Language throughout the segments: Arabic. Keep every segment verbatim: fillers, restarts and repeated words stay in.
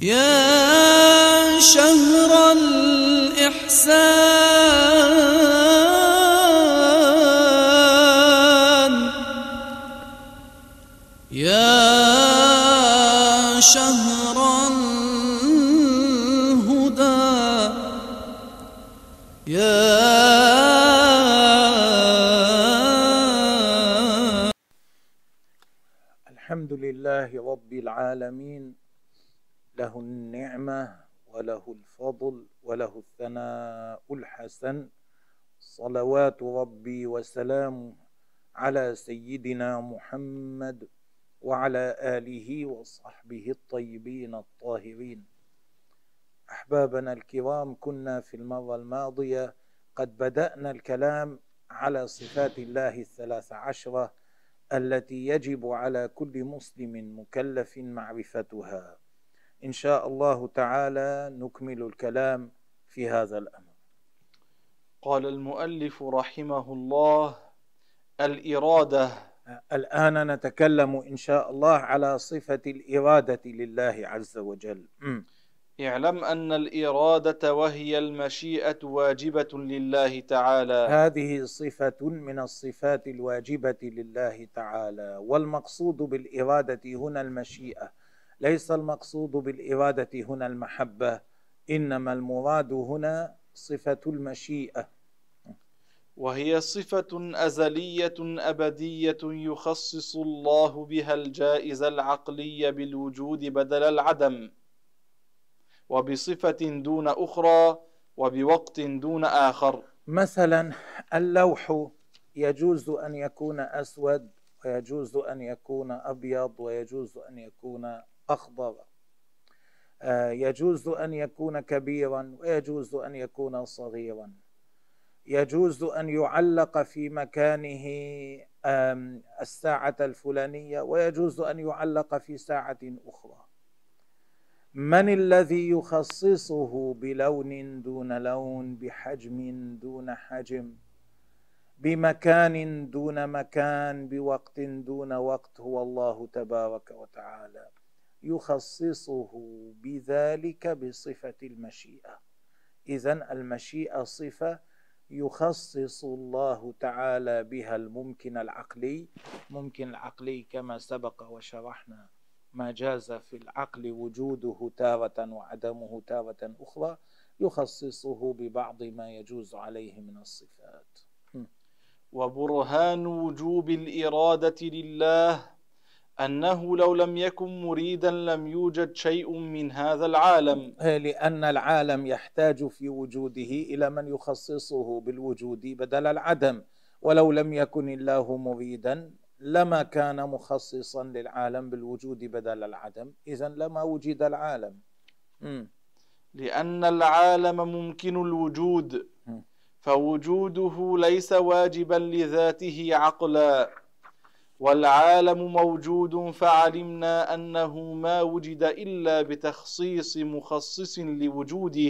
يا شهر الإحسان يا شهر الهدى يا الحمد لله رب العالمين، له النعمة وله الفضل وله الثناء الحسن. صلوات ربي وسلامه على سيدنا محمد وعلى آله وصحبه الطيبين الطاهرين. أحبابنا الكرام، كنا في المرة الماضية قد بدأنا الكلام على صفات الله الثلاث عشرة التي يجب على كل مسلم مكلف معرفتها. إن شاء الله تعالى نكمل الكلام في هذا الأمر. قال المؤلف رحمه الله: الإرادة. الآن نتكلم إن شاء الله على صفة الإرادة لله عز وجل. م. اعلم أن الإرادة وهي المشيئة واجبة لله تعالى. هذه صفة من الصفات الواجبة لله تعالى، والمقصود بالإرادة هنا المشيئة، ليس المقصود بالإرادة هنا المحبة، إنما المراد هنا صفة المشيئة، وهي صفة أزلية أبدية يخصص الله بها الجائز العقلي بالوجود بدل العدم، وبصفة دون أخرى، وبوقت دون آخر. مثلا اللوح يجوز أن يكون أسود، ويجوز أن يكون أبيض، ويجوز أن يكون أخضر، يجوز أن يكون كبيرا ويجوز أن يكون صغيرا، يجوز أن يعلق في مكانه الساعة الفلانية ويجوز أن يعلق في ساعة أخرى. من الذي يخصصه بلون دون لون، بحجم دون حجم، بمكان دون مكان، بوقت دون وقت؟ هو الله تبارك وتعالى، يخصصه بذلك بصفة المشيئة. إذن المشيئة صفة يخصص الله تعالى بها الممكن العقلي. ممكن العقلي كما سبق وشرحنا ما جاز في العقل وجوده تارة وعدمه تارة أخرى، يخصصه ببعض ما يجوز عليه من الصفات. وبرهان وجوب الإرادة لله أنه لو لم يكن مريدا لم يوجد شيء من هذا العالم، لأن العالم يحتاج في وجوده إلى من يخصصه بالوجود بدل العدم، ولو لم يكن الله مريدا لما كان مخصصا للعالم بالوجود بدل العدم، إذن لما وجد العالم. م. لأن العالم ممكن الوجود، فوجوده ليس واجبا لذاته عقلا، والعالم موجود فعلمنا أنه ما وجد إلا بتخصيص مخصص لوجوده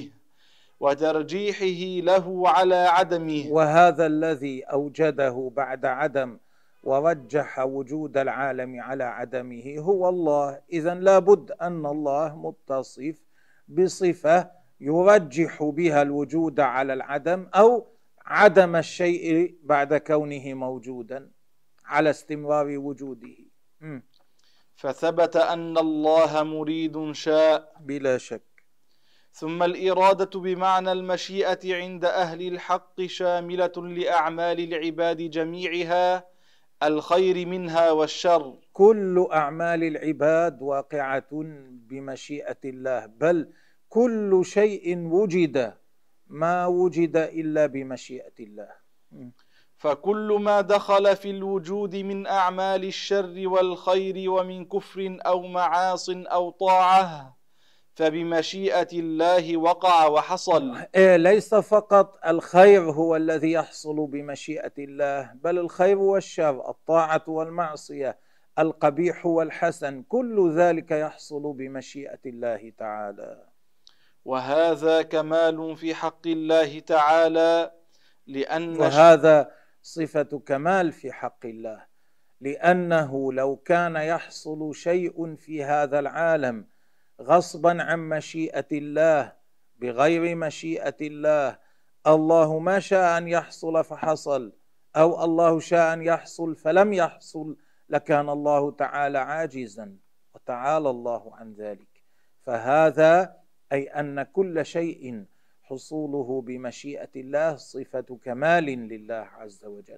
وترجيحه له على عدمه. وهذا الذي أوجده بعد عدم ورجح وجود العالم على عدمه هو الله. إذن لابد أن الله متصف بصفة يرجح بها الوجود على العدم، أو عدم الشيء بعد كونه موجودا على استمرار وجوده. م. فثبت أن الله مريد شاء بلا شك. ثم الإرادة بمعنى المشيئة عند أهل الحق شاملة لأعمال العباد جميعها، الخير منها والشر. كل أعمال العباد واقعة بمشيئة الله، بل كل شيء وجد ما وجد إلا بمشيئة الله. م. فكل ما دخل في الوجود من أعمال الشر والخير ومن كفر أو معاص أو طاعة فبمشيئة الله وقع وحصل. ليس فقط الخير هو الذي يحصل بمشيئة الله، بل الخير والشر، الطاعة والمعصية، القبيح والحسن، كل ذلك يحصل بمشيئة الله تعالى. وهذا كمال في حق الله تعالى، لأن وهذا صفة كمال في حق الله، لأنه لو كان يحصل شيء في هذا العالم غصبا عن مشيئة الله، بغير مشيئة الله. الله ما شاء أن يحصل فحصل، أو الله شاء أن يحصل فلم يحصل، لكان الله تعالى عاجزا، وتعالى الله عن ذلك. فهذا أي أن كل شيء حصوله بمشيئة الله صفة كمال لله عز وجل.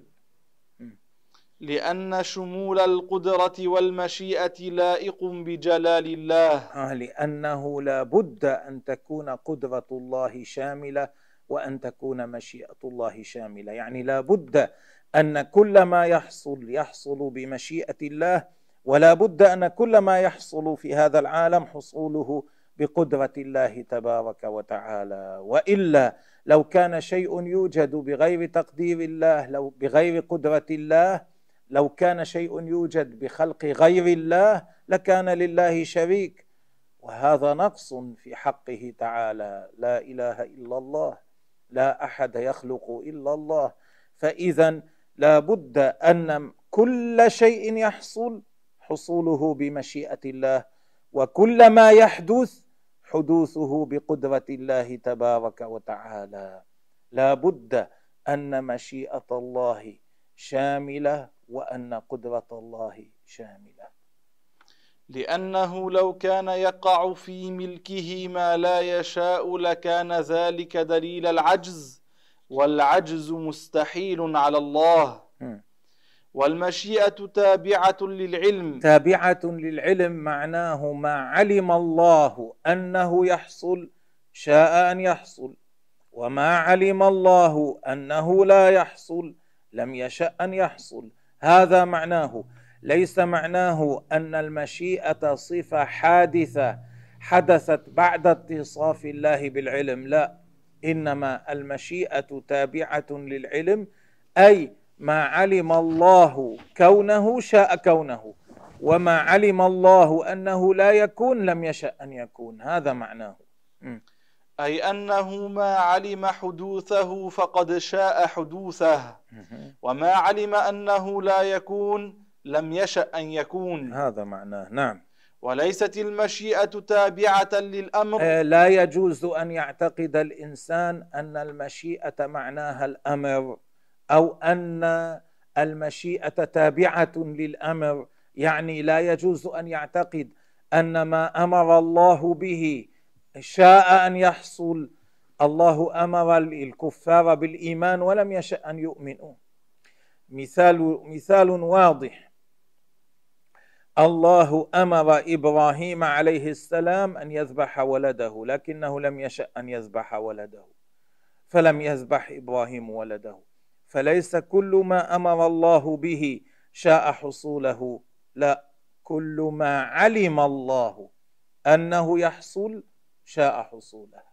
لأن شمول القدرة والمشيئة لائق بجلال الله. آه لأنه لا بد أن تكون قدرة الله شاملة وأن تكون مشيئة الله شاملة، يعني لا بد أن كل ما يحصل يحصل بمشيئة الله، ولا بد أن كل ما يحصل في هذا العالم حصوله بقدرة الله تبارك وتعالى. وإلا لو كان شيء يوجد بغير تقدير الله، لو بغير قدرة الله، لو كان شيء يوجد بخلق غير الله لكان لله شريك، وهذا نقص في حقه تعالى. لا إله إلا الله، لا أحد يخلق إلا الله. فإذا لا بد أن كل شيء يحصل حصوله بمشيئة الله، وكل ما يحدث حدوثه بقدرة الله تبارك وتعالى. لا بد أن مشيئة الله شاملة وأن قدرة الله شاملة. لأنه لو كان يقع في ملكه ما لا يشاء لكان ذلك دليل العجز، والعجز مستحيل على الله. م. والمشيئة تابعة للعلم. تابعة للعلم معناه ما علم الله أنه يحصل شاء أن يحصل، وما علم الله أنه لا يحصل لم يشأ أن يحصل. هذا معناه، ليس معناه أن المشيئة صفة حادثة حدثت بعد اتصاف الله بالعلم، لا، إنما المشيئة تابعة للعلم، أي ما علم الله كونه شاء كونه، وما علم الله أنه لا يكون لم يشأ أن يكون. هذا معناه. م. أي أنه ما علم حدوثه فقد شاء حدوثه، وما علم أنه لا يكون لم يشأ أن يكون. هذا معناه. نعم. وليست المشيئة تابعة للأمر. لا يجوز أن يعتقد الإنسان أن المشيئة معناها الأمر، أو أن المشيئة تابعة للأمر. يعني لا يجوز أن يعتقد أن ما أمر الله به شاء أن يحصل. الله أمر الكفار بالإيمان ولم يشأ أن يؤمنوا. مثال مثال واضح: الله أمر إبراهيم عليه السلام أن يذبح ولده، لكنه لم يشأ أن يذبح ولده، فلم يذبح إبراهيم ولده. فليس كل ما أمر الله به شاء حصوله، لا، كل ما علم الله أنه يحصل شاء حصوله.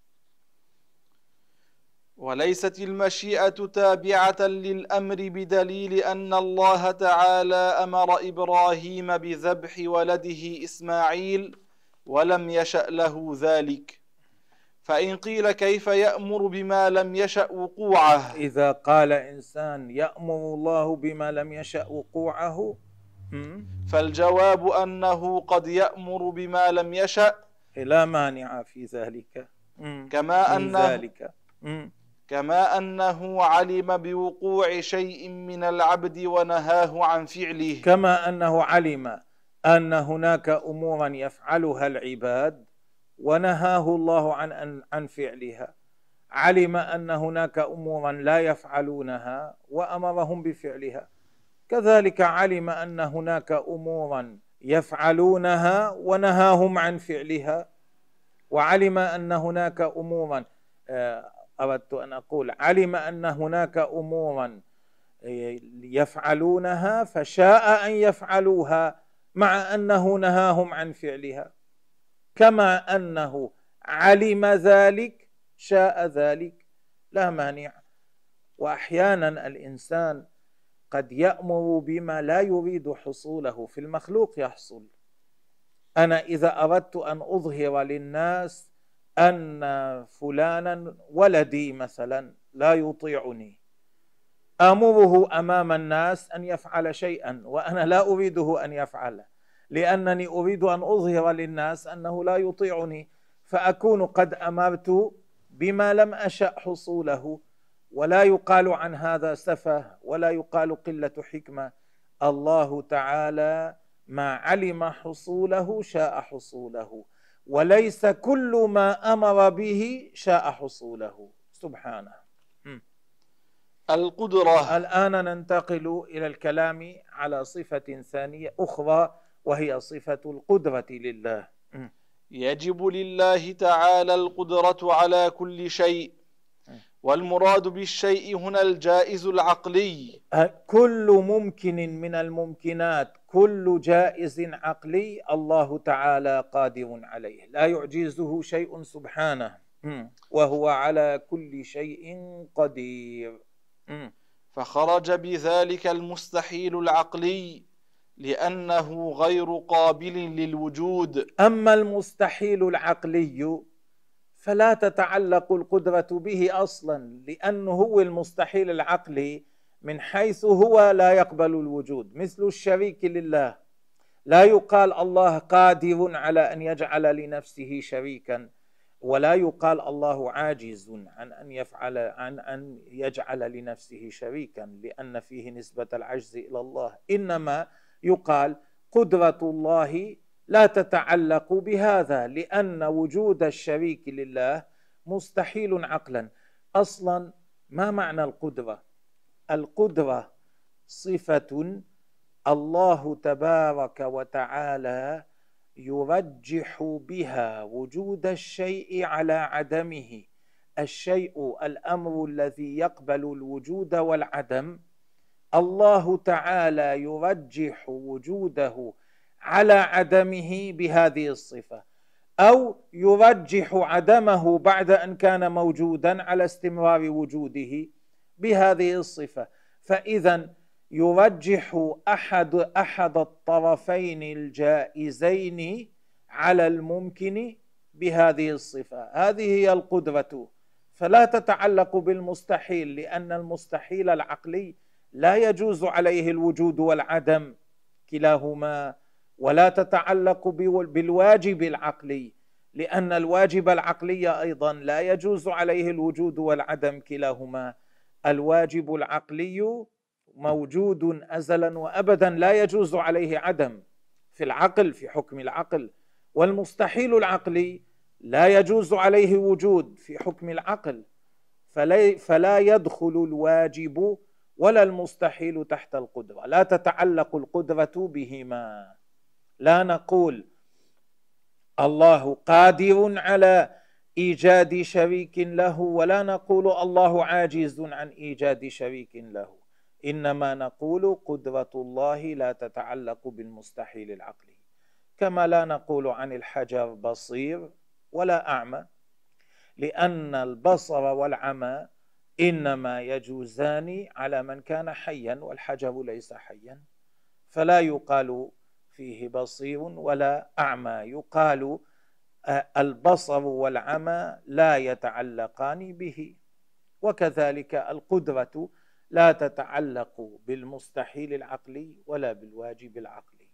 وليست المشيئة تابعة للأمر بدليل أن الله تعالى أمر إبراهيم بذبح ولده إسماعيل ولم يشأ له ذلك. فإن قيل كيف يأمر بما لم يشأ وقوعه؟ إذا قال إنسان يأمر الله بما لم يشأ وقوعه، فالجواب أنه قد يأمر بما لم يشأ، لا مانع في ذلك، كما أن ذلك. كما أنه علم بوقوع شيء من العبد ونهاه عن فعله، كما أنه علم أن هناك أمورا يفعلها العباد ونهاه الله عن عن فعلها، علم أن هناك أمورا لا يفعلونها وأمرهم بفعلها، كذلك علم أن هناك أمورا يفعلونها ونهاهم عن فعلها، وعلم أن هناك أمورا أردت أن أقول علم أن هناك أمورا يفعلونها فشاء أن يفعلوها مع أنه نهاهم عن فعلها، كما أنه علم ذلك شاء ذلك، لا مانع. وأحيانا الإنسان قد يأمر بما لا يريد حصوله في المخلوق يحصل. أنا إذا أردت أن أظهر للناس أن فلانا ولدي مثلا لا يطيعني، أمره أمام الناس أن يفعل شيئا وأنا لا أريده أن يفعله، لأنني أريد أن أظهر للناس أنه لا يطيعني، فأكون قد أمرت بما لم أشأ حصوله. ولا يقال عن هذا سفه ولا يقال قلة حكمة. الله تعالى ما علم حصوله شاء حصوله، وليس كل ما أمر به شاء حصوله سبحانه. القدرة. الآن ننتقل إلى الكلام على صفة ثانية أخرى، وهي صفة القدرة لله. يجب لله تعالى القدرة على كل شيء، والمراد بالشيء هنا الجائز العقلي. كل ممكن من الممكنات، كل جائز عقلي الله تعالى قادر عليه، لا يعجزه شيء سبحانه، وهو على كل شيء قدير. فخرج بذلك المستحيل العقلي لأنه غير قابل للوجود. أما المستحيل العقلي فلا تتعلق القدرة به أصلا، لأنه هو المستحيل العقلي من حيث هو لا يقبل الوجود، مثل الشريك لله. لا يقال الله قادر على أن يجعل لنفسه شريكا، ولا يقال الله عاجز عن أن يفعل عن أن يجعل لنفسه شريكا، لأن فيه نسبة العجز إلى الله. إنما يقال قدرة الله لا تتعلق بهذا، لأن وجود الشريك لله مستحيل عقلا. أصلا ما معنى القدرة؟ القدرة صفة الله تبارك وتعالى يرجح بها وجود الشيء على عدمه. الشيء الأمر الذي يقبل الوجود والعدم، الله تعالى يرجح وجوده على عدمه بهذه الصفة، أو يرجح عدمه بعد أن كان موجودا على استمرار وجوده بهذه الصفة. فإذا يرجح أحد أحد الطرفين الجائزين على الممكن بهذه الصفة. هذه هي القدرة، فلا تتعلق بالمستحيل، لأن المستحيل العقلي لا يجوز عليه الوجود والعدم كلاهما، ولا تتعلق بالواجب العقلي، لأن الواجب العقلي أيضا لا يجوز عليه الوجود والعدم كلاهما. الواجب العقلي موجود أزلا وأبدا، لا يجوز عليه عدم في العقل، في حكم العقل. والمستحيل العقلي لا يجوز عليه وجود في حكم العقل، فلا, فلا يدخل الواجب ولا المستحيل تحت القدرة، لا تتعلق القدرة بهما. لا نقول الله قادر على إيجاد شريك له، ولا نقول الله عاجز عن إيجاد شريك له، إنما نقول قدرة الله لا تتعلق بالمستحيل العقلي، كما لا نقول عن الحجر بصير ولا أعمى، لأن البصر والعمى إنما يجوزان على من كان حيا، والحجر ليس حيا، فلا يقال فيه بصير ولا أعمى، يقال البصر والعمى لا يتعلقان به. وكذلك القدرة لا تتعلق بالمستحيل العقلي ولا بالواجب العقلي.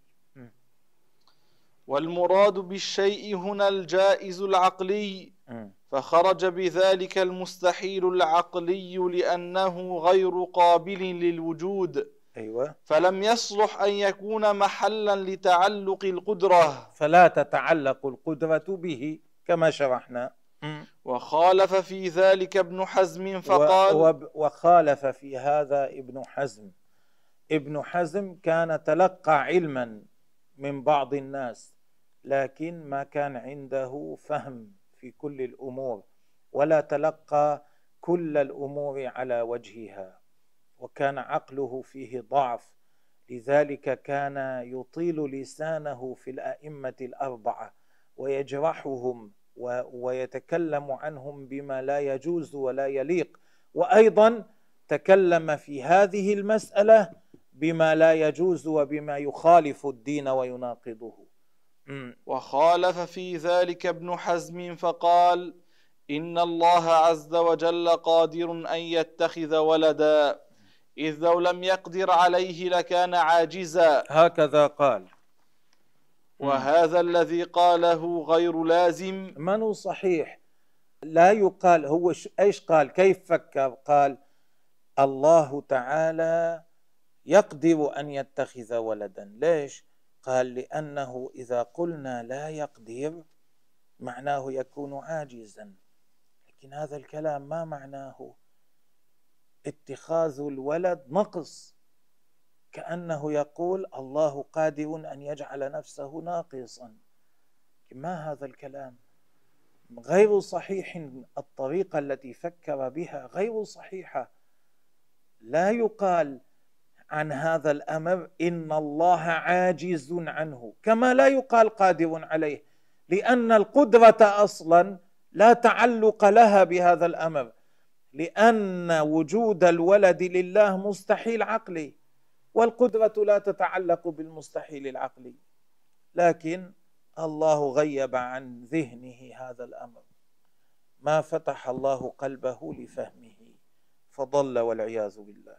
والمراد بالشيء هنا الجائز العقلي، فخرج بذلك المستحيل العقلي لأنه غير قابل للوجود. أيوة. فلم يصلح أن يكون محلا لتعلق القدرة، فلا تتعلق القدرة به كما شرحنا. وخالف في ذلك ابن حزم فقال و وخالف في هذا ابن حزم. ابن حزم كان تلقى علما من بعض الناس، لكن ما كان عنده فهم في كل الأمور، ولا تلقى كل الأمور على وجهها، وكان عقله فيه ضعف، لذلك كان يطيل لسانه في الأئمة الأربعة ويجرحهم ويتكلم عنهم بما لا يجوز ولا يليق، وأيضا تكلم في هذه المسألة بما لا يجوز وبما يخالف الدين ويناقضه. وخالف في ذلك ابن حزم فقال إن الله عز وجل قادر أن يتخذ ولدا، إذ لو لم يقدر عليه لكان عاجزا. هكذا قال. وهذا الذي قاله غير لازم. من صحيح، لا يقال. هو ايش قال؟ كيف فكر؟ قال الله تعالى يقدر أن يتخذ ولدا. ليش؟ قال لأنه إذا قلنا لا يقدر معناه يكون عاجزا، لكن هذا الكلام ما معناه اتخاذ الولد نقص، كأنه يقول الله قادر أن يجعل نفسه ناقصا. ما هذا الكلام؟ غير صحيح. الطريقة التي فكر بها غير صحيحة. لا يقال عن هذا الأمر إن الله عاجز عنه، كما لا يقال قادر عليه، لأن القدرة أصلا لا تعلق لها بهذا الأمر، لأن وجود الولد لله مستحيل عقلي، والقدرة لا تتعلق بالمستحيل العقلي. لكن الله غيب عن ذهنه هذا الأمر، ما فتح الله قلبه لفهمه فضل والعياذ بالله.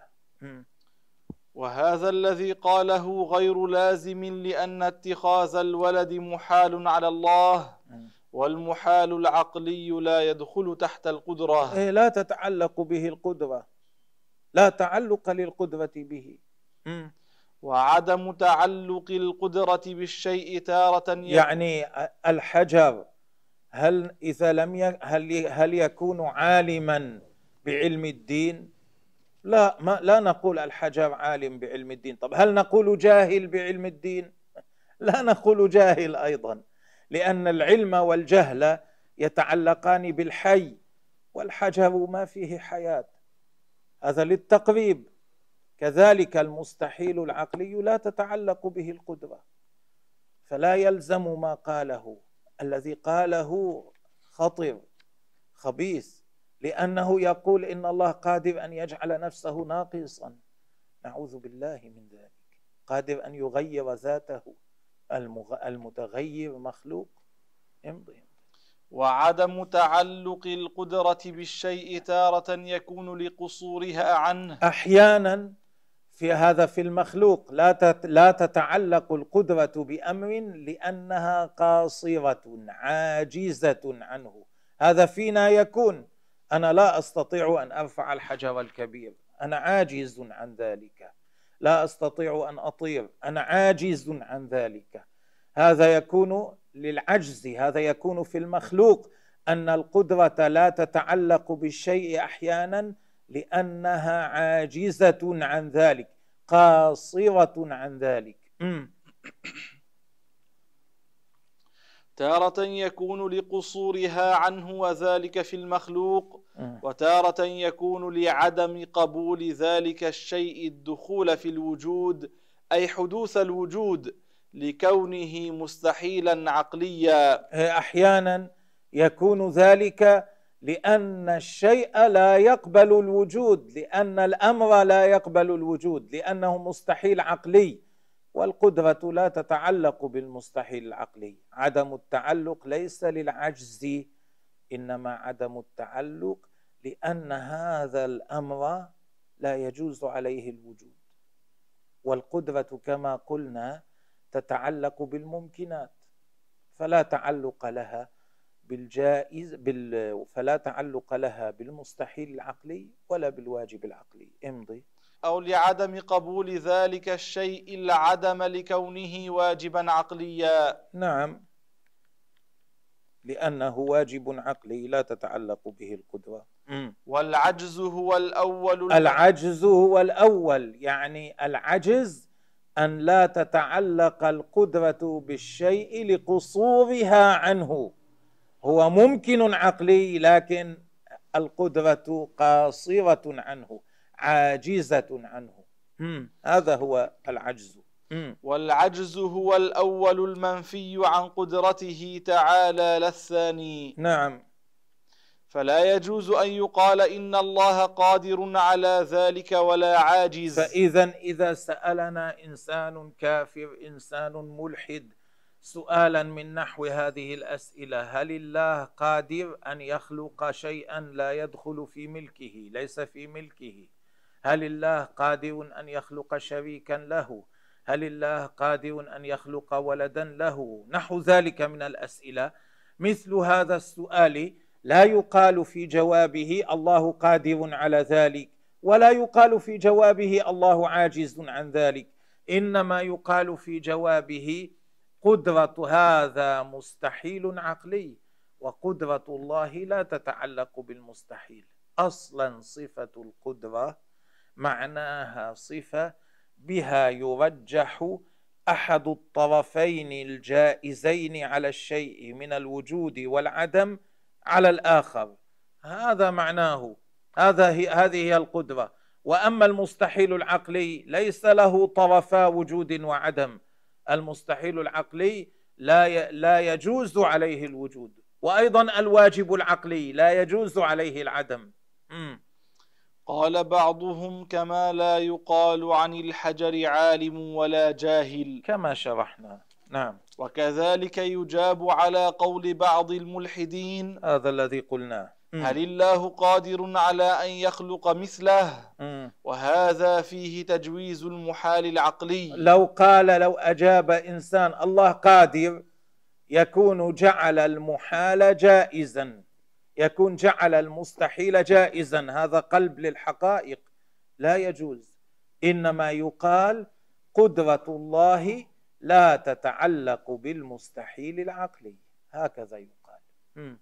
وهذا الذي قاله غير لازم، لأن اتخاذ الولد محال على الله، والمحال العقلي لا يدخل تحت القدرة. إيه، لا تتعلق به القدرة، لا تعلق للقدرة به. م. وعدم تعلق القدرة بالشيء تارة يكون، يعني الحجر هل إذا لم ي... هل هل يكون عالما بعلم الدين؟ لا، ما لا نقول الحجر عالم بعلم الدين. طب هل نقول جاهل بعلم الدين؟ لا نقول جاهل أيضا، لأن العلم والجهل يتعلقان بالحي، والحجر ما فيه حياة، هذا للتقريب. كذلك المستحيل العقلي لا تتعلق به القدرة، فلا يلزم ما قاله. الذي قاله خطر خبيث، لأنه يقول إن الله قادر أن يجعل نفسه ناقصا. نعوذ بالله من ذلك. قادر أن يغير ذاته، المتغير مخلوق. امضي. وعدم تعلق القدرة بالشيء تارة يكون لقصورها عنه. أحيانا في هذا في المخلوق لا لا تتعلق القدرة بأمر لأنها قاصرة عاجزة عنه. هذا فينا يكون. أنا لا أستطيع أن أرفع الحجر الكبير، أنا عاجز عن ذلك. لا أستطيع أن أطير، أنا عاجز عن ذلك. هذا يكون للعجز، هذا يكون في المخلوق، أن القدرة لا تتعلق بالشيء أحيانا لأنها عاجزة عن ذلك، قاصرة عن ذلك. م. تارة يكون لقصورها عنه وذلك في المخلوق، وتارة يكون لعدم قبول ذلك الشيء الدخول في الوجود، أي حدوث الوجود، لكونه مستحيلا عقليا. أحيانا يكون ذلك لأن الشيء لا يقبل الوجود، لأن الأمر لا يقبل الوجود، لأنه مستحيل عقلي، والقدرة لا تتعلق بالمستحيل العقلي. عدم التعلق ليس للعجز، إنما عدم التعلق لأن هذا الأمر لا يجوز عليه الوجود. والقدرة كما قلنا تتعلق بالممكنات، فلا تعلق لها بالجائز بال... فلا تعلق لها بالمستحيل العقلي ولا بالواجب العقلي. امضي. أو لعدم قبول ذلك الشيء العدم لكونه واجبا عقليا. نعم، لأنه واجب عقلي لا تتعلق به القدرة. م. والعجز هو الأول. العجز هو الأول، يعني العجز أن لا تتعلق القدرة بالشيء لقصورها عنه. هو ممكن عقلي لكن القدرة قاصرة عنه، عاجزة عنه. م. هذا هو العجز. م. والعجز هو الأول المنفي عن قدرته تعالى لا الثاني. نعم. فلا يجوز أن يقال إن الله قادر على ذلك ولا عاجز. فإذا إذا سألنا إنسان كافر، إنسان ملحد، سؤالا من نحو هذه الأسئلة: هل الله قادر أن يخلق شيئا لا يدخل في ملكه، ليس في ملكه؟ هل الله قادر أن يخلق شريكا له هل الله قادر أن يخلق ولدا له؟ نحو ذلك من الأسئلة. مثل هذا السؤال لا يقال في جوابه الله قادر على ذلك، ولا يقال في جوابه الله عاجز عن ذلك، إنما يقال في جوابه قدرة هذا مستحيل عقلي، وقدرة الله لا تتعلق بالمستحيل. أصلا صفة القدرة معناها صفة بها يرجح أحد الطرفين الجائزين على الشيء من الوجود والعدم على الآخر، هذا معناه، هذا هي هذه هي القدرة. وأما المستحيل العقلي ليس له طرفا وجود وعدم، المستحيل العقلي لا لا يجوز عليه الوجود، وأيضا الواجب العقلي لا يجوز عليه العدم. م. قال بعضهم كما لا يقال عن الحجر عالم ولا جاهل، كما شرحنا. نعم. وكذلك يجاب على قول بعض الملحدين، هذا الذي قلناه، هل الله قادر على أن يخلق مثله؟ م. وهذا فيه تجويز المحال العقلي. لو قال لو أجاب إنسان الله قادر، يكون جعل المحال جائزا، يكون جعل المستحيل جائزا، هذا قلب للحقائق، لا يجوز. إنما يقال قدرة الله لا تتعلق بالمستحيل العقلي، هكذا يقال. م.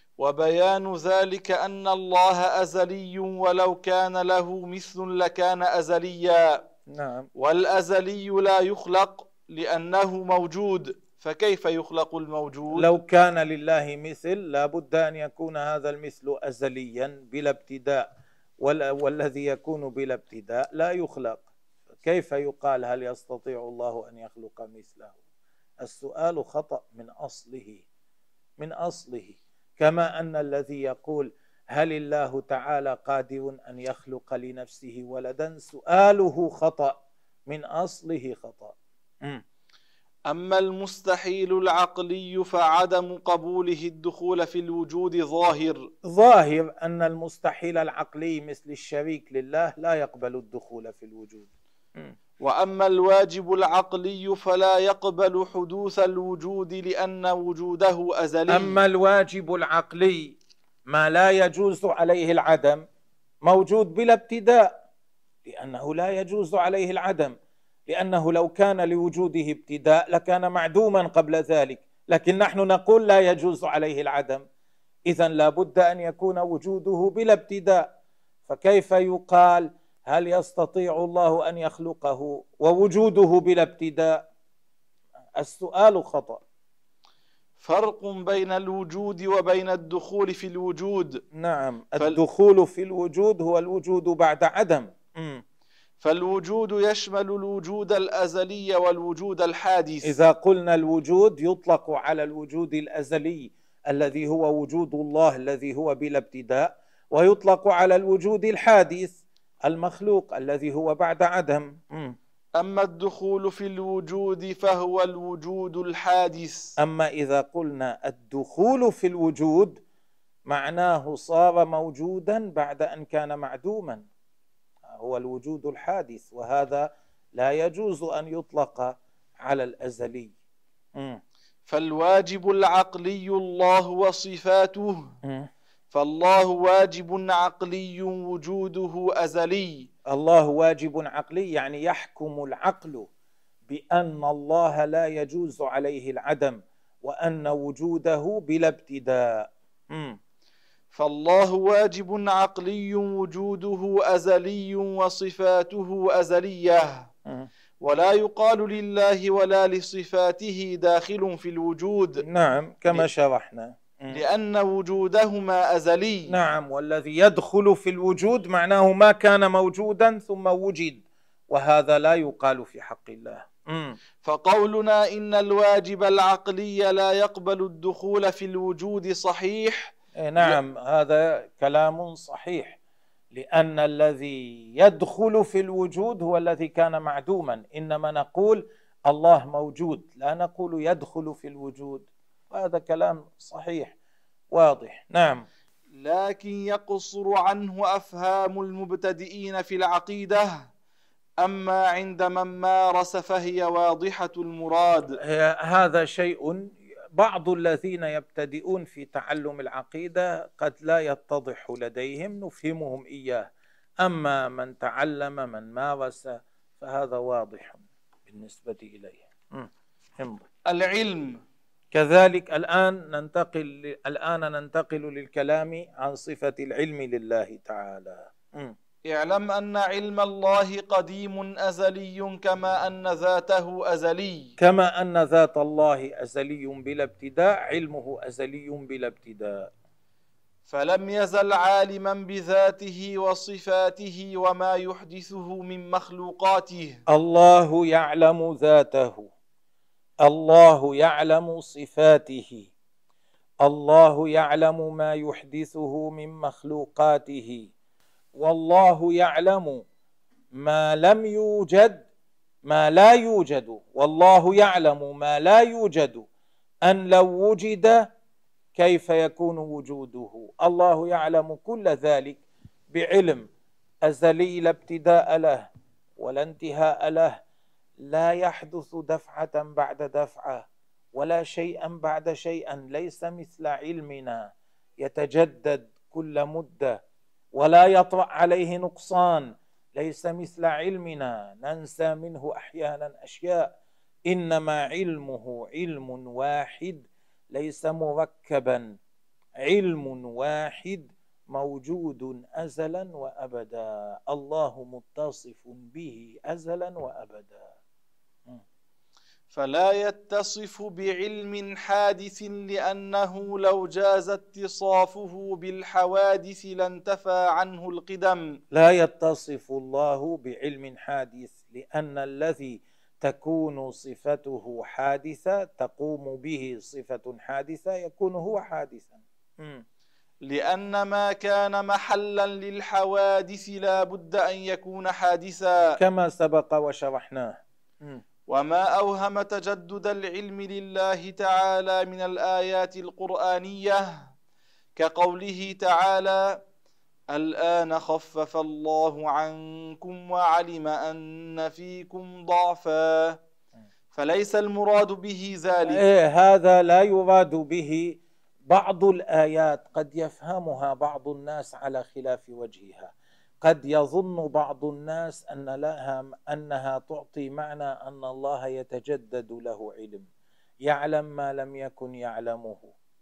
وبيان ذلك أن الله أزلي، ولو كان له مثل لكان أزليا. نعم. والأزلي لا يخلق لأنه موجود، فكيف يخلق الموجود؟ لو كان لله مثل لابد أن يكون هذا المثل أزليا بلا ابتداء، والذي يكون بلا ابتداء لا يخلق. كيف يقال هل يستطيع الله أن يخلق مثله؟ السؤال خطأ من أصله، من أصله. كما أن الذي يقول هل الله تعالى قادر أن يخلق لنفسه ولدا، سؤاله خطأ من أصله خطأ. م. أما المستحيل العقلي فعدم قبوله الدخول في الوجود ظاهر. ظاهر أن المستحيل العقلي مثل الشريك لله لا يقبل الدخول في الوجود. م. وأما الواجب العقلي فلا يقبل حدوث الوجود لأن وجوده أزلي. أما الواجب العقلي ما لا يجوز عليه العدم موجود بلا ابتداء، لأنه لا يجوز عليه العدم، لأنه لو كان لوجوده ابتداء لكان معدوما قبل ذلك، لكن نحن نقول لا يجوز عليه العدم، إذن لا بد أن يكون وجوده بلا ابتداء. فكيف يقال هل يستطيع الله أن يخلقه ووجوده بلا ابتداء؟ السؤال خطأ. فرق بين الوجود وبين الدخول في الوجود. نعم. الدخول في الوجود هو الوجود بعد عدم. م. فالوجود يشمل الوجود الأزلي والوجود الحادث. إذا قلنا الوجود يطلق على الوجود الأزلي الذي هو وجود الله الذي هو بلا ابتداء، ويطلق على الوجود الحادث المخلوق الذي هو بعد عدم. م. أما الدخول في الوجود فهو الوجود الحادث. أما إذا قلنا الدخول في الوجود معناه صار موجودا بعد أن كان معدوما، هو الوجود الحادث، وهذا لا يجوز أن يطلق على الأزلي. م. فالواجب العقلي الله وصفاته. م. فالله واجب عقلي وجوده أزلي. الله واجب عقلي يعني يحكم العقل بأن الله لا يجوز عليه العدم، وأن وجوده بلا ابتداء. م. فالله واجب عقلي وجوده أزلي وصفاته أزلية. م. ولا يقال لله ولا لصفاته داخل في الوجود. نعم كما شرحنا، لأن وجودهما أزلي. نعم. والذي يدخل في الوجود معناه ما كان موجودا ثم وجد، وهذا لا يقال في حق الله. م. فقولنا إن الواجب العقلي لا يقبل الدخول في الوجود صحيح. نعم هذا كلام صحيح، لأن الذي يدخل في الوجود هو الذي كان معدوما، إنما نقول الله موجود، لا نقول يدخل في الوجود، وهذا كلام صحيح واضح. نعم. لكن يقصر عنه أفهام المبتدئين في العقيدة أما عند من مارس فهي واضحة المراد. هذا شيء بعض الذين يبتدئون في تعلم العقيدة قد لا يتضح لديهم، نفهمهم إياه. أما من تعلم من مارس فهذا واضح بالنسبة إليه. العلم كذلك. الآن ننتقل الآن ننتقل للكلام عن صفة العلم لله تعالى. م. اعلم أن علم الله قديم أزلي كما أن ذاته أزلي. كما أن ذات الله أزلي بلا ابتداء، علمه أزلي بلا ابتداء. فلم يزل عالما بذاته وصفاته وما يحدثه من مخلوقاته. الله يعلم ذاته، الله يعلم صفاته، الله يعلم ما يحدثه من مخلوقاته، والله يعلم ما لم يوجد ما لا يوجد، والله يعلم ما لا يوجد أن لو وجد كيف يكون وجوده. الله يعلم كل ذلك بعلم أزلي لا ابتداء له ولا انتهاء له، لا يحدث دفعة بعد دفعة ولا شيئا بعد شيئا، ليس مثل علمنا يتجدد كل مدة ولا يطرأ عليه نقصان، ليس مثل علمنا ننسى منه أحيانا أشياء. إنما علمه علم واحد ليس مركبا، علم واحد موجود أزلا وأبدا، الله متصف به أزلا وأبدا. فلا يتصف بعلم حادث لأنه لو جاز اتصافه بالحوادث لانتفى عنه القدم. لا يتصف الله بعلم حادث لأن الذي تكون صفته حادثة تقوم به صفة حادثة يكون هو حادثا. م. لأن ما كان محلا للحوادث لا بد أن يكون حادثا كما سبق وشرحناه. م. وما أوهم تجدد العلم لله تعالى من الآيات القرآنية كقوله تعالى: الآن خفف الله عنكم وعلم أن فيكم ضعفا، فليس المراد به ذلك. إيه، هذا لا يراد به. بعض الآيات قد يفهمها بعض الناس على خلاف وجهها، قد يظن بعض الناس أن لها أنها تعطي معنى أن الله يتجدد له علم، يعلم ما لم يكن يعلمه.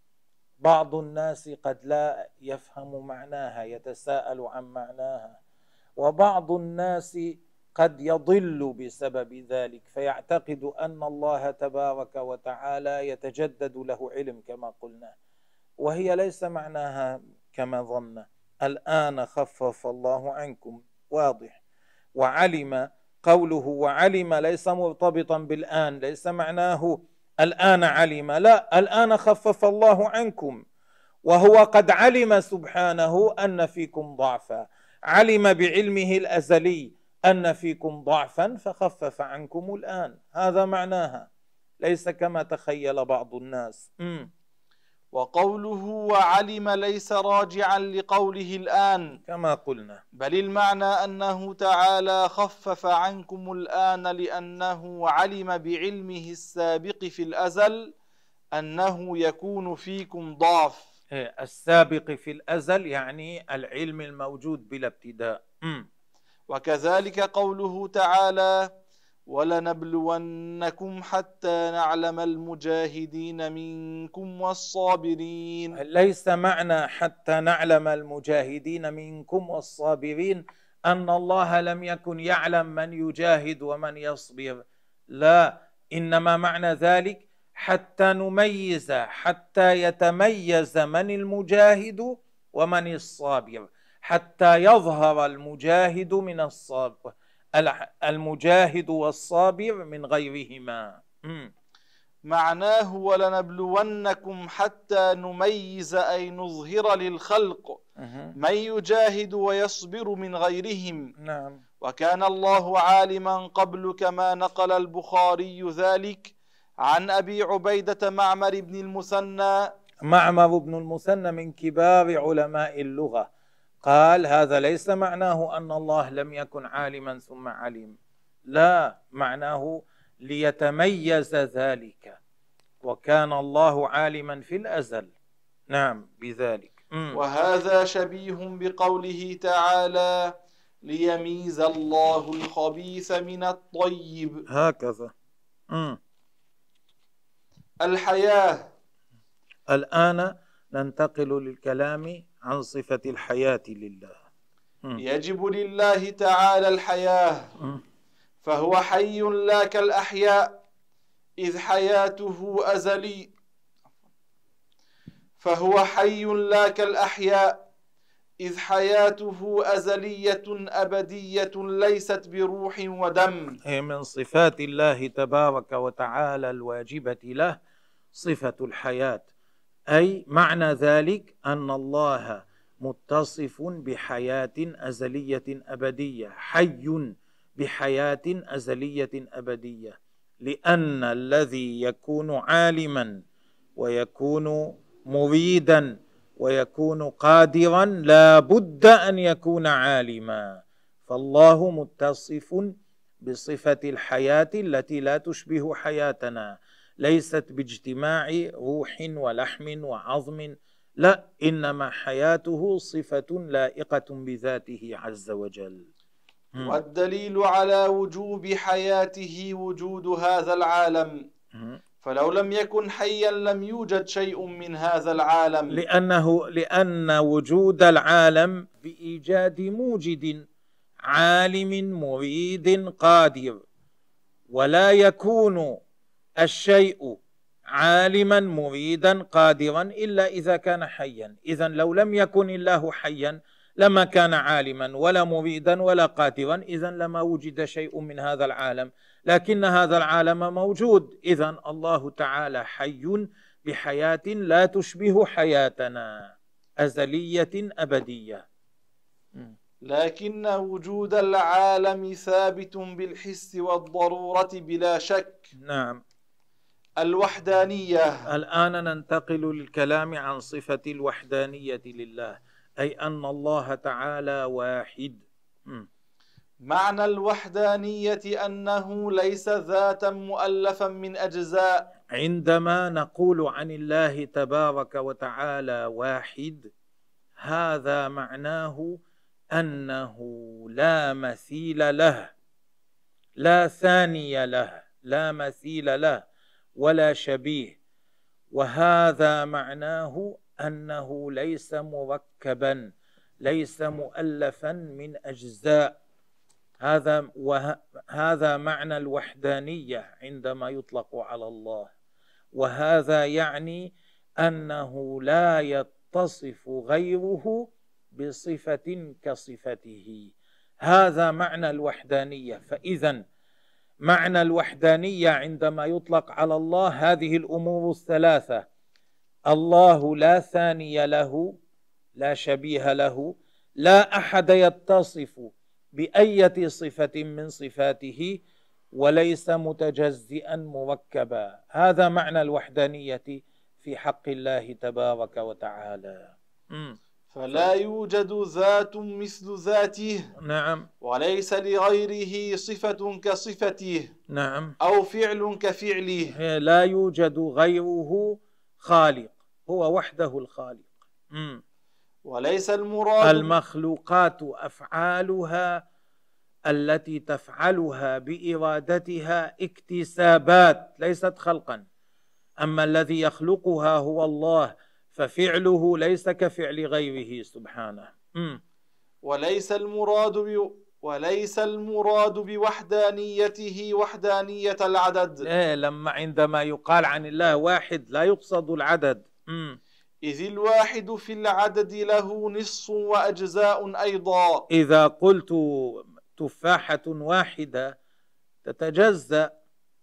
بعض الناس قد لا يفهم معناها، يتساءل عن معناها، وبعض الناس قد يضل بسبب ذلك فيعتقد أن الله تبارك وتعالى يتجدد له علم كما قلنا، وهي ليس معناها كما ظن. الآن خفف الله عنكم واضح، وعلم، قوله وعلم ليس مرتبطا بالآن، ليس معناه الآن علم، لا، الآن خفف الله عنكم، وهو قد علم سبحانه أن فيكم ضعفا، علم بعلمه الأزلي أن فيكم ضعفا فخفف عنكم الآن، هذا معناها، ليس كما تخيل بعض الناس. م. وقوله وعلم ليس راجعا لقوله الآن كما قلنا، بل المعنى أنه تعالى خفف عنكم الآن لأنه علم بعلمه السابق في الأزل أنه يكون فيكم ضعف. السابق في الأزل يعني العلم الموجود بلا ابتداء. م. وكذلك قوله تعالى: ولنبلونكم حتى نعلم المجاهدين منكم والصابرين. ليس معنى حتى نعلم المجاهدين منكم والصابرين أن الله لم يكن يعلم من يجاهد ومن يصبر، لا، إنما معنى ذلك حتى نميز، حتى يتميز من المجاهد ومن الصابر، حتى يظهر المجاهد من الصابر، المجاهد والصابر من غيرهما. م. معناه ولنبلونكم حتى نميز أي نظهر للخلق من يجاهد ويصبر من غيرهم. نعم. وكان الله عالما قبل كما نقل البخاري ذلك عن أبي عبيدة معمر بن المثنى. معمر بن المثنى من كبار علماء اللغة، قال هذا ليس معناه أن الله لم يكن عالما ثم علم، لا، معناه ليتميز ذلك، وكان الله عالما في الأزل. نعم بذلك. م. وهذا شبيه بقوله تعالى ليميز الله الخبيث من الطيب. هكذا. م. الحياة. الآن ننتقل للكلام عن صفة الحياة لله. م. يجب لله تعالى الحياة، م. فهو حي لا كالأحياء، إذ حياته أزلي فهو حي لا كالأحياء إذ حياته أزلية أبدية ليست بروح ودم. هي من صفات الله تبارك وتعالى الواجبة له صفة الحياة، أي معنى ذلك أن الله متصف بحياة أزلية أبدية، حي بحياة أزلية أبدية، لأن الذي يكون عالما ويكون مريدا ويكون قادرا لا بد أن يكون عالما، فالله متصف بصفة الحياة التي لا تشبه حياتنا، ليست باجتماع روح ولحم وعظم، لا، إنما حياته صفة لائقة بذاته عز وجل. والدليل على وجوب حياته وجود هذا العالم، فلو لم يكن حيا لم يوجد شيء من هذا العالم، لأنه لأن وجود العالم بإيجاد موجد عالم مريد قادر، ولا يكون الشيء عالما مريدا قادرا إلا إذا كان حيا. إذن لو لم يكن الله حيا لما كان عالما ولا مريدا ولا قادرا، إذن لما وجد شيء من هذا العالم، لكن هذا العالم موجود. إذن الله تعالى حي بحياة لا تشبه حياتنا، أزلية أبدية. لكن وجود العالم ثابت بالحس والضرورة بلا شك. نعم. الوحدانية. الآن ننتقل للكلام عن صفة الوحدانية لله، أي أن الله تعالى واحد. م. معنى الوحدانية أنه ليس ذاتا مؤلفا من أجزاء. عندما نقول عن الله تبارك وتعالى واحد، هذا معناه أنه لا مثيل له، لا ثاني له، لا مثيل له ولا شبيه، وهذا معناه أنه ليس مركبا، ليس مؤلفا من أجزاء. هذا وهذا معنى الوحدانية عندما يطلق على الله، وهذا يعني أنه لا يتصف غيره بصفة كصفته، هذا معنى الوحدانية. فإذا معنى الوحدانية عندما يطلق على الله هذه الأمور الثلاثة: الله لا ثاني له، لا شبيه له، لا أحد يتصف بأية صفة من صفاته، وليس متجزئا مركبا. هذا معنى الوحدانية في حق الله تبارك وتعالى. م. فلا يوجد ذات مثل ذاته. نعم. وليس لغيره صفة كصفته. نعم. أو فعل كفعله. لا يوجد غيره خالق، هو وحده الخالق. م. وليس المراد المخلوقات أفعالها التي تفعلها بإرادتها اكتسابات ليست خلقا، أما الذي يخلقها هو الله، ففعله ليس كفعل غيره سبحانه. م. وليس المراد ب... وليس المراد بوحدانيته وحدانية العدد. إيه، لما عندما يقال عن الله واحد لا يقصد العدد. م. إذ الواحد في العدد له نصف وأجزاء أيضا. إذا قلت تفاحة واحدة تتجزأ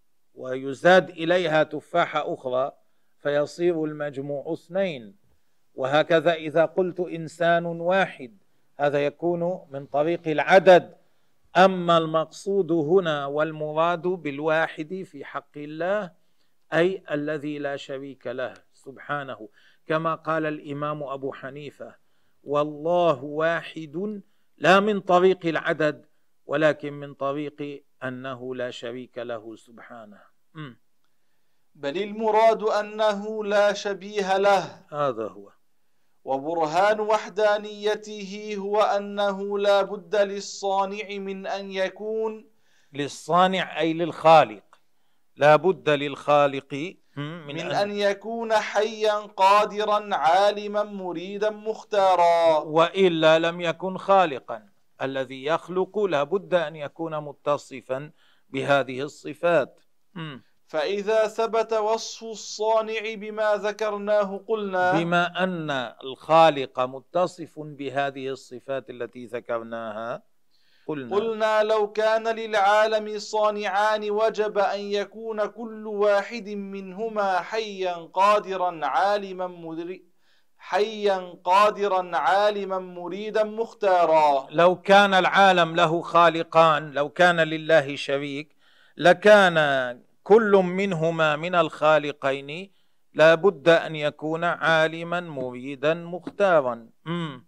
ويزاد إليها تفاحة أخرى فيصير المجموع اثنين، وهكذا إذا قلت إنسان واحد هذا يكون من طريق العدد. أما المقصود هنا والمراد بالواحد في حق الله أي الذي لا شريك له سبحانه، كما قال الإمام أبو حنيفة: والله واحد، لا من طريق العدد ولكن من طريق أنه لا شريك له سبحانه. م. بل المراد أنه لا شبيه له، هذا هو. وبرهان وحدانيته هو أنه لا بد للصانع من أن يكون للصانع أي للخالق، لا بد للخالق من, من أن يكون حيا قادرا عالما مريدا مختارا، وإلا لم يكن خالقا. الذي يخلق لا بد أن يكون متصفا بهذه الصفات. م. فإذا ثبت وصف الصانع بما ذكرناه قلنا بما أن الخالق متصف بهذه الصفات التي ذكرناها قلنا, قلنا لو كان للعالم صانعان وجب أن يكون كل واحد منهما حيا قادرا عالما مدري حيا قادرا عالما مريدا مختارا. لو كان العالم له خالقان، لو كان لله شريك، لكان كل منهما من الخالقين لا بد أن يكون عالما مريدا مختارا. م.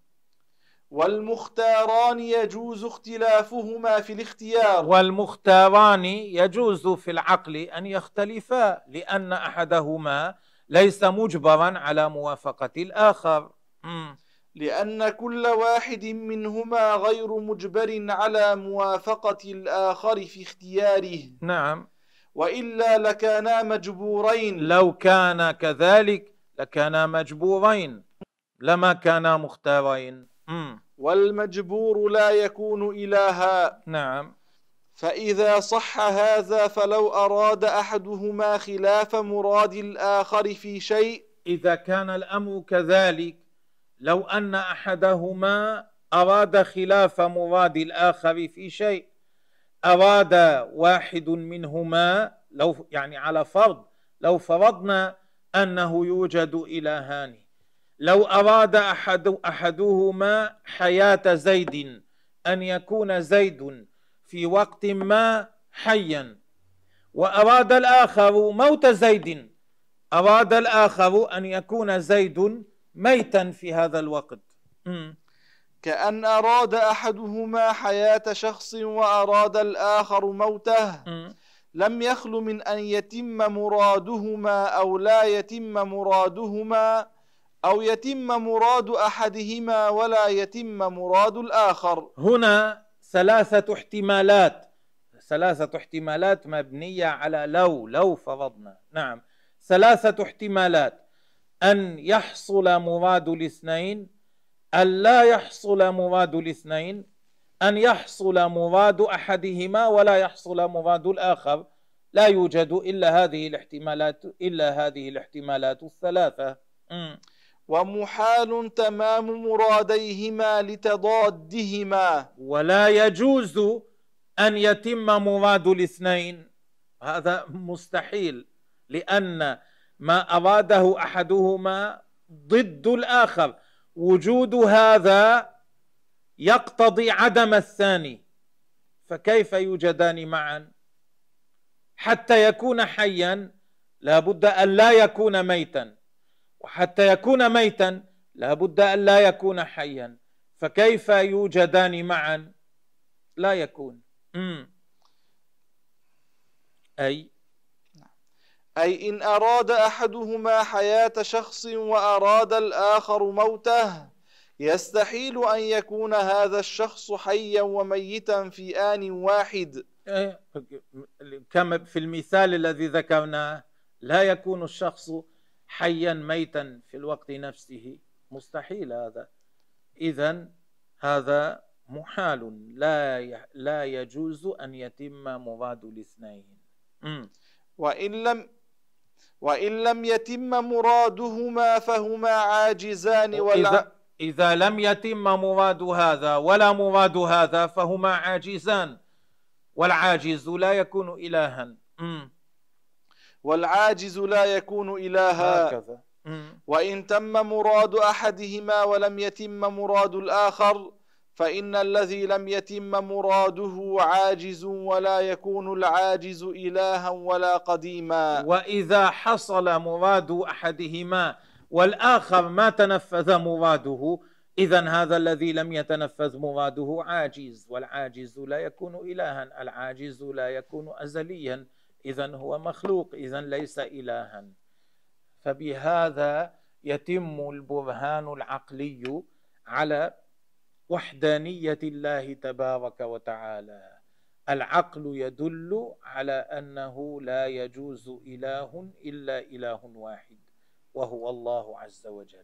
والمختاران يجوز اختلافهما في الاختيار، والمختاران يجوز في العقل أن يختلفا، لأن أحدهما ليس مجبرا على موافقة الآخر. م. لأن كل واحد منهما غير مجبر على موافقة الآخر في اختياره. نعم. وإلا لكانا مجبورين. لو كان كذلك لكانا مجبورين، لما كانا مختارين. م. والمجبور لا يكون إلها. نعم. فإذا صح هذا فلو أراد أحدهما خلاف مراد الآخر في شيء، إذا كان الأمر كذلك، لو أن أحدهما أراد خلاف مراد الآخر في شيء، أراد واحد منهما، لو يعني على فرض، لو فرضنا أنه يوجد إلهان، لو أراد أحد أحدهما حياة زيد، أن يكون زيد في وقت ما حيا، وأراد الآخر موت زيد، أراد الآخر أن يكون زيد ميتا في هذا الوقت. م. كأن أراد أحدهما حياة شخص وأراد الآخر موته، م. لم يخل من أن يتم مرادهما أو لا يتم مرادهما، أو يتم مراد أحدهما ولا يتم مراد الآخر. هنا ثلاثة احتمالات، ثلاثة احتمالات مبنية على لو، لو فرضنا. نعم، ثلاثة احتمالات: أن يحصل مراد الاثنين، أن لا يحصل مراد الاثنين، أن يحصل مراد أحدهما ولا يحصل مراد الآخر. لا يوجد إلا هذه الاحتمالات، إلا هذه الاحتمالات الثلاثة. م. ومحال تمام مراديهما لتضادهما، ولا يجوز أن يتم مراد الاثنين، هذا مستحيل، لأن ما أراده أحدهما ضد الآخر، وجود هذا يقتضي عدم الثاني، فكيف يوجدان معا؟ حتى يكون حيا لا بد أن لا يكون ميتا، وحتى يكون ميتا لا بد أن لا يكون حيا، فكيف يوجدان معا؟ لا يكون. مم. أي أي إن أراد أحدهما حياة شخص وأراد الآخر موته، يستحيل أن يكون هذا الشخص حيا وميتا في آن واحد. كما في المثال الذي ذكرناه، لا يكون الشخص حيا ميتا في الوقت نفسه، مستحيل هذا. إذن هذا محال، لا لا يجوز أن يتم مراد الاثنين. وإن لم وإن لم يتم مرادهما فهما عاجزان. ولا إذا, إذا لم يتم مراد هذا ولا مراد هذا فهما عاجزان، والعاجز لا يكون إلها. م. والعاجز لا يكون إلها. هكذا. وإن تم مراد أحدهما ولم يتم مراد الآخر، فإن الذي لم يتم مراده عاجز، ولا يكون العاجز إلها ولا قديما. وإذا حصل مراد أحدهما والآخر ما تنفذ مراده، إذن هذا الذي لم يتنفذ مراده عاجز، والعاجز لا يكون إلها، العاجز لا يكون أزليا، إذن هو مخلوق، إذن ليس إلها. فبهذا يتم البرهان العقلي على وحدانية الله تبارك وتعالى. العقل يدل على أنه لا يجوز إله إلا إله واحد، وهو الله عز وجل.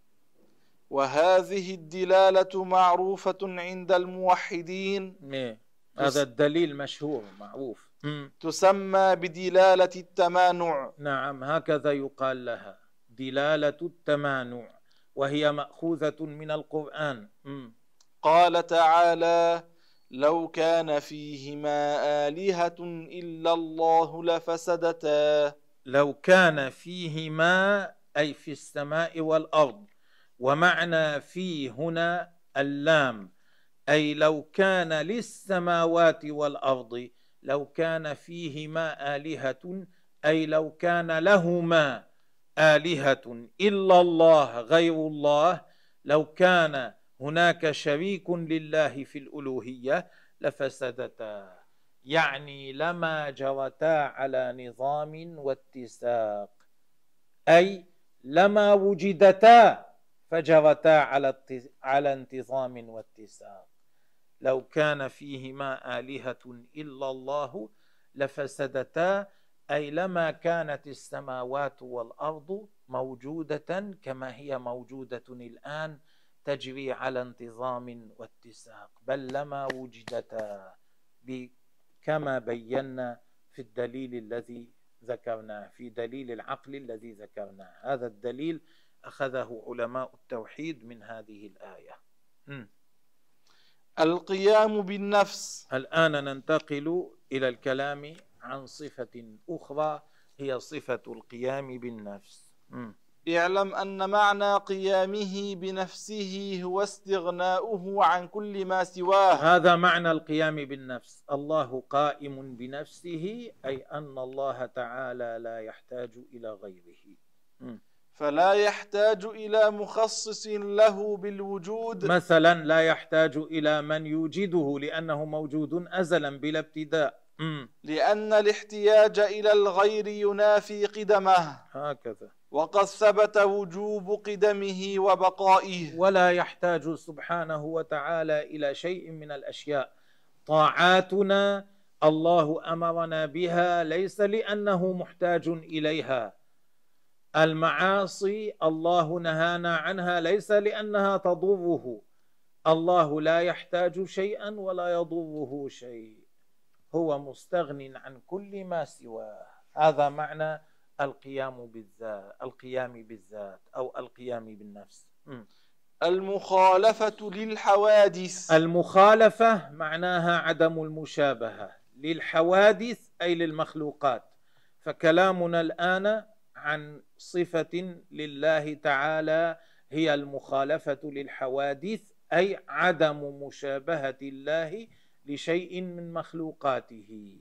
وهذه الدلالة معروفة عند الموحدين. هذا الدليل مشهور معروف، تسمى بدلالة التمانع. نعم، هكذا يقال لها، دلالة التمانع، وهي مأخوذة من القرآن. قال تعالى: لو كان فيهما آلهة إلا الله لفسدتا. لو كان فيهما أي في السماء والأرض، ومعنى في هنا اللام، أي لو كان للسماوات والأرض، لو كان فيهما آلهة أي لو كان لهما آلهة إلا الله غير الله، لو كان هناك شريك لله في الألوهية لفسدتا، يعني لما جرتا على نظام واتساق، أي لما وجدتا فجرتا على على انتظام واتساق. لو كان فيهما آلهة إلا الله لفسدتا، أي لما كانت السماوات والأرض موجودة كما هي موجودة الآن تجري على انتظام واتساق، بل لما وجدتا كما بينا في الدليل الذي ذكرناه، في دليل العقل الذي ذكرناه. هذا الدليل أخذه علماء التوحيد من هذه الآية. م. القيام بالنفس. الآن ننتقل إلى الكلام عن صفة أخرى هي صفة القيام بالنفس. م. اعلم أن معنى قيامه بنفسه هو استغناؤه عن كل ما سواه. هذا معنى القيام بالنفس، الله قائم بنفسه، أي أن الله تعالى لا يحتاج إلى غيره. م. فلا يحتاج إلى مخصص له بالوجود، مثلا لا يحتاج إلى من يوجده لأنه موجود أزلا بلا ابتداء. م. لأن الاحتياج إلى الغير ينافي قدمه، هكذا، وقد ثبت وجوب قدمه وبقائه. ولا يحتاج سبحانه وتعالى إلى شيء من الأشياء. طاعاتنا الله أمرنا بها ليس لأنه محتاج إليها، المعاصي الله نهانا عنها ليس لأنها تضره، الله لا يحتاج شيئا ولا يضره شيء، هو مستغن عن كل ما سواه. هذا معنى القيام بالذات، القيام بالذات أو القيام بالنفس. م. المخالفة للحوادث. المخالفة معناها عدم المشابهة للحوادث أي للمخلوقات، فكلامنا الآن عن صفة لله تعالى هي المخالفة للحوادث، أي عدم مشابهة الله لشيء من مخلوقاته.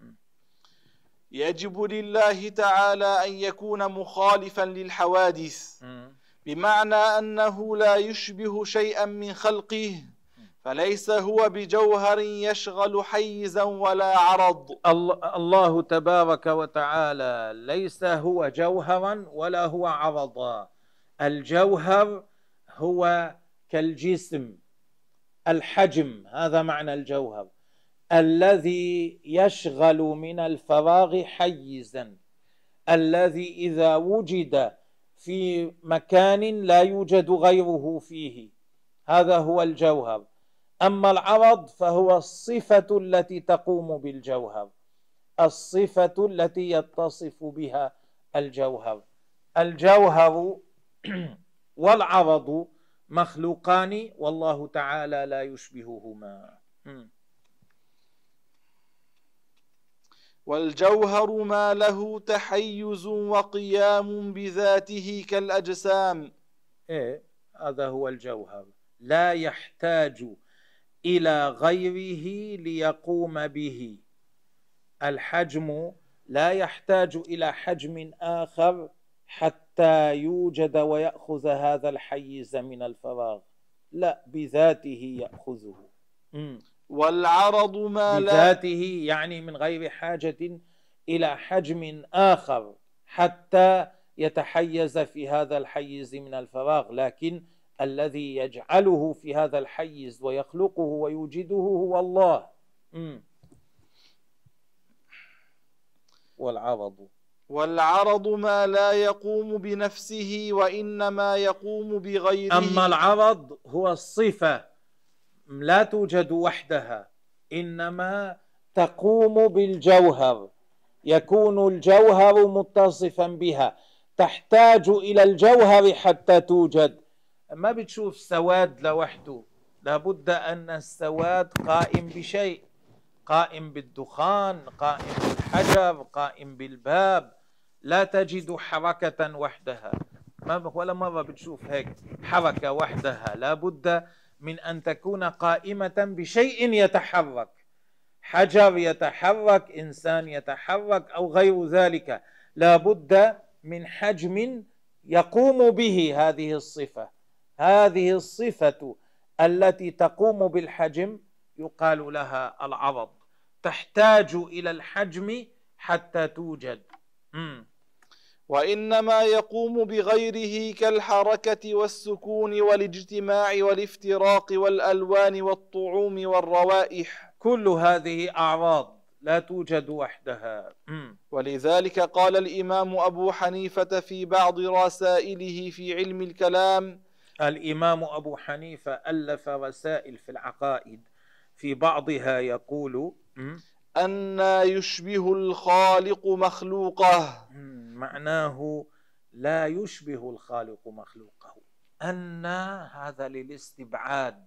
يجب لله تعالى أن يكون مخالفا للحوادث، بمعنى أنه لا يشبه شيئا من خلقه، فليس هو بجوهر يشغل حيزا ولا عرض. الله تبارك وتعالى ليس هو جوهرا ولا هو عرضا. الجوهر هو كالجسم، الحجم، هذا معنى الجوهر، الذي يشغل من الفراغ حيزا، الذي إذا وجد في مكان لا يوجد غيره فيه، هذا هو الجوهر. أما العرض فهو الصفة التي تقوم بالجوهر، الصفة التي يتصف بها الجوهر. الجوهر والعرض مخلوقان والله تعالى لا يشبههما. والجوهر ما له تحيز وقيام بذاته كالأجسام. إيه، هذا هو الجوهر، لا يحتاج إلى غيره ليقوم به. الحجم لا يحتاج إلى حجم آخر حتى يوجد ويأخذ هذا الحيز من الفراغ، لا، بذاته يأخذه. والعرض ما لا بذاته يعني من غير حاجة إلى حجم آخر حتى يتحيز في هذا الحيز من الفراغ، لكن الذي يجعله في هذا الحيز ويخلقه ويوجده هو الله. والعرض والعرض ما لا يقوم بنفسه وإنما يقوم بغيره. أما العرض هو الصفة لا توجد وحدها، إنما تقوم بالجوهر، يكون الجوهر متصفا بها، تحتاج إلى الجوهر حتى توجد. ما بتشوف سواد لوحده، لابد أن السواد قائم بشيء، قائم بالدخان، قائم بالحجر، قائم بالباب، لا تجد حركة وحدها. ما ولا مرة بتشوف هيك حركة وحدها، لابد من أن تكون قائمة بشيء يتحرك، حجر يتحرك، إنسان يتحرك أو غير ذلك، لابد من حجم يقوم به هذه الصفة. هذه الصفة التي تقوم بالحجم يقال لها العرض، تحتاج إلى الحجم حتى توجد. م. وإنما يقوم بغيره كالحركة والسكون والاجتماع والافتراق والألوان والطعوم والروائح، كل هذه أعراض لا توجد وحدها. م. ولذلك قال الإمام أبو حنيفة في بعض رسائله في علم الكلام. الإمام أبو حنيفة ألف رسائل في العقائد، في بعضها يقول م. أن يشبه الخالق مخلوقه، معناه لا يشبه الخالق مخلوقه. أن هذا للاستبعاد،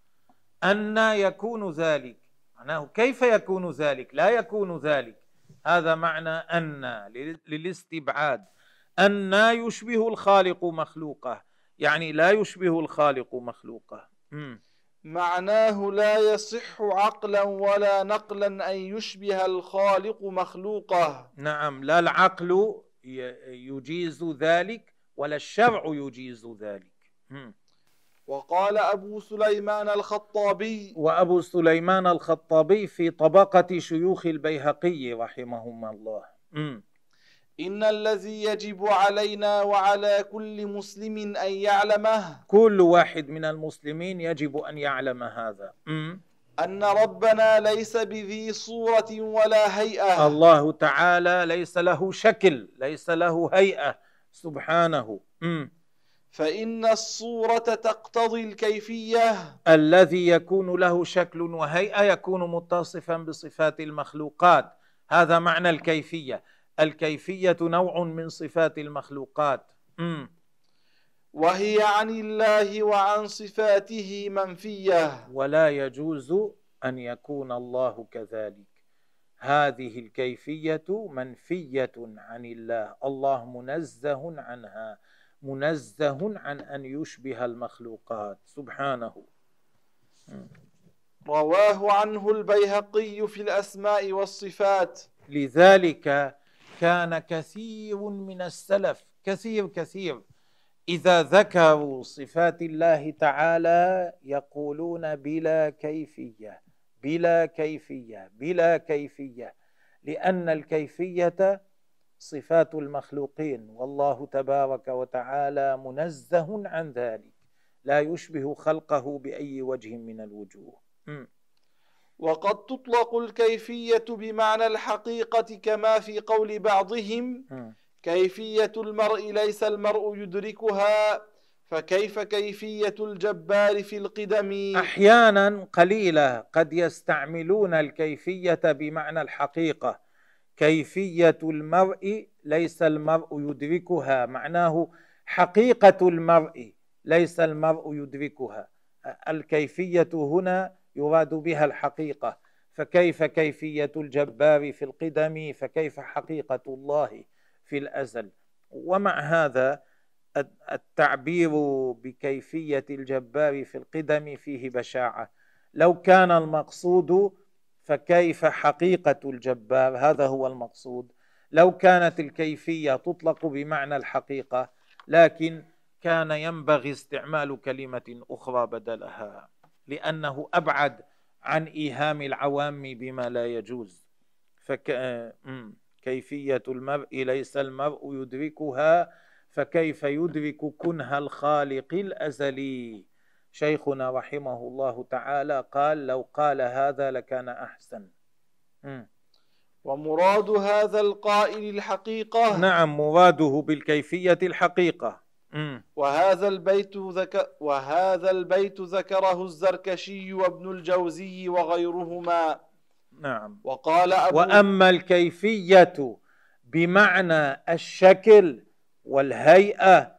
أن يكون ذلك، معناه كيف يكون ذلك؟ لا يكون ذلك، هذا معنى أن للاستبعاد. أن يشبه الخالق مخلوقه يعني لا يشبه الخالق مخلوقه. م. معناه لا يصح عقلا ولا نقلا أن يشبه الخالق مخلوقه. نعم، لا العقل يجيز ذلك ولا الشرع يجيز ذلك. م. وقال أبو سليمان الخطابي، وأبو سليمان الخطابي في طبقة شيوخ البيهقي رحمهما الله، م. إن الذي يجب علينا وعلى كل مسلم أن يعلمه، كل واحد من المسلمين يجب أن يعلم هذا، م. أن ربنا ليس بذي صورة ولا هيئة. الله تعالى ليس له شكل، ليس له هيئة سبحانه. م. فإن الصورة تقتضي الكيفية. الذي يكون له شكل وهيئة يكون متصفا بصفات المخلوقات، هذا معنى الكيفية. الكيفية نوع من صفات المخلوقات. م. وهي عن الله وعن صفاته منفية، ولا يجوز أن يكون الله كذلك. هذه الكيفية منفية عن الله، الله منزه عنها، منزه عن أن يشبه المخلوقات سبحانه. رواه عنه البيهقي في الأسماء والصفات. لذلك كان كثير من السلف، كثير كثير، إذا ذكروا صفات الله تعالى يقولون بلا كيفية، بلا كيفية، بلا كيفية، لأن الكيفية صفات المخلوقين، والله تبارك وتعالى منزه عن ذلك، لا يشبه خلقه بأي وجه من الوجوه. م. وقد تطلق الكيفية بمعنى الحقيقة كما في قول بعضهم م. كيفية المرء ليس المرء يدركها، فكيف كيفية الجبار في القدم. أحيانا قليلة قد يستعملون الكيفية بمعنى الحقيقة، كيفية المرء ليس المرء يدركها، معناه حقيقة المرء ليس المرء يدركها. الكيفية هنا يراد بها الحقيقة، فكيف كيفية الجبار في القدم، فكيف حقيقة الله في الأزل. ومع هذا التعبير بكيفية الجبار في القدم فيه بشاعة. لو كان المقصود فكيف حقيقة الجبار، هذا هو المقصود، لو كانت الكيفية تطلق بمعنى الحقيقة، لكن كان ينبغي استعمال كلمة أخرى بدلها، لأنه أبعد عن إيهام العوام بما لا يجوز. فكيفية المرء ليس المرء يدركها، فكيف يدرك كنه الخالق الأزلي. شيخنا رحمه الله تعالى قال: لو قال هذا لكان أحسن. م. ومراد هذا القائل الحقيقة. نعم، مراده بالكيفية الحقيقة. م. وهذا البيت ذكر وهذا البيت ذكره الزركشي وابن الجوزي وغيرهما. نعم. وقال أبو وأما الكيفية بمعنى الشكل والهيئة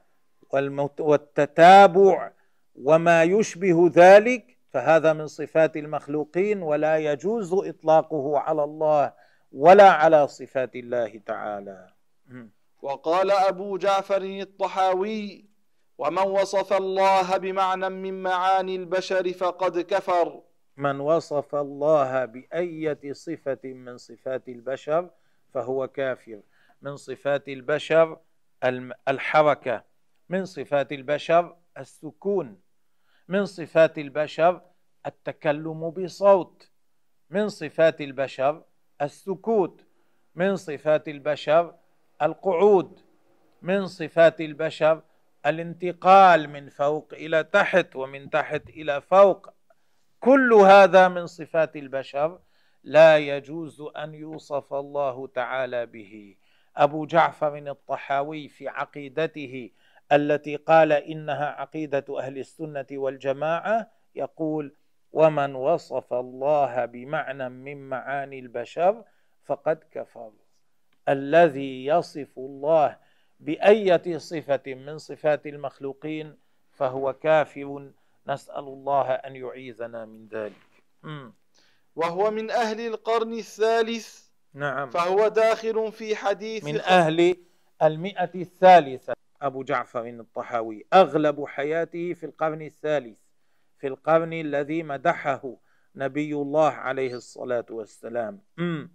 والتتابع وما يشبه ذلك، فهذا من صفات المخلوقين، ولا يجوز إطلاقه على الله ولا على صفات الله تعالى. وقال أبو جعفر الطحاوي: ومن وصف الله بمعنى من معاني البشر فقد كفر. من وصف الله بأية صفة من صفات البشر فهو كافر. من صفات البشر الحركة، من صفات البشر السكون، من صفات البشر التكلم بصوت، من صفات البشر السكوت، من صفات البشر القعود، من صفات البشر الانتقال من فوق إلى تحت ومن تحت إلى فوق. كل هذا من صفات البشر لا يجوز أن يوصف الله تعالى به. أبو جعفر الطحاوي في عقيدته التي قال إنها عقيدة أهل السنة والجماعة يقول: ومن وصف الله بمعنى من معاني البشر فقد كفر. الذي يصف الله بأية صفة من صفات المخلوقين فهو كافر، نسأل الله أن يعيذنا من ذلك. م. وهو من أهل القرن الثالث. نعم. فهو داخل في حديث من أهل المئة الثالثة. أبو جعفر الطحاوي أغلب حياته في القرن الثالث، في القرن الذي مدحه نبي الله عليه الصلاة والسلام. م.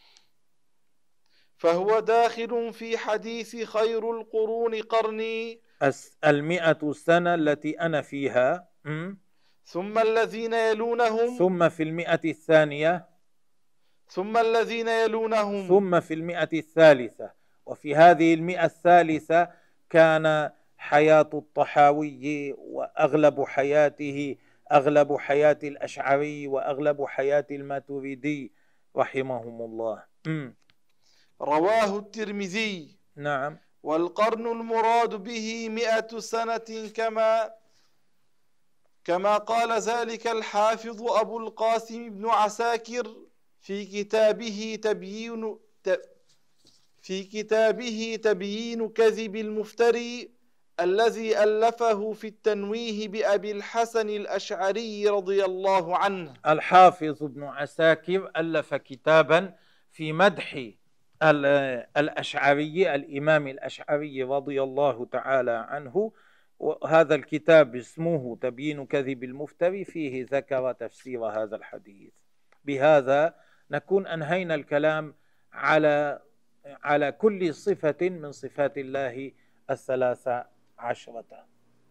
فهو داخل في حديث خير القرون قرني، المئة سنة التي أنا فيها. م. ثم الذين يلونهم، ثم في المئة الثانية، ثم الذين يلونهم، ثم في المئة الثالثة. وفي هذه المئة الثالثة كان حياة الطحاوي وأغلب حياته أغلب حياة الأشعري وأغلب حياة الماتريدي رحمهم الله. م. رواه الترمذي. نعم. والقرن المراد به مئة سنة كما كما قال ذلك الحافظ أبو القاسم بن عساكر في كتابه تبيين في كتابه تبيين كذب المفتري الذي ألفه في التنويه بأبي الحسن الأشعري رضي الله عنه. الحافظ ابن عساكر ألف كتابا في مدح الأشعري، الإمام الأشعري رضي الله تعالى عنه، وهذا الكتاب اسمه تبيين كذب المفتري، فيه ذكر تفسير هذا الحديث. بهذا نكون أنهينا الكلام على على كل صفة من صفات الله الثلاثة عشرة.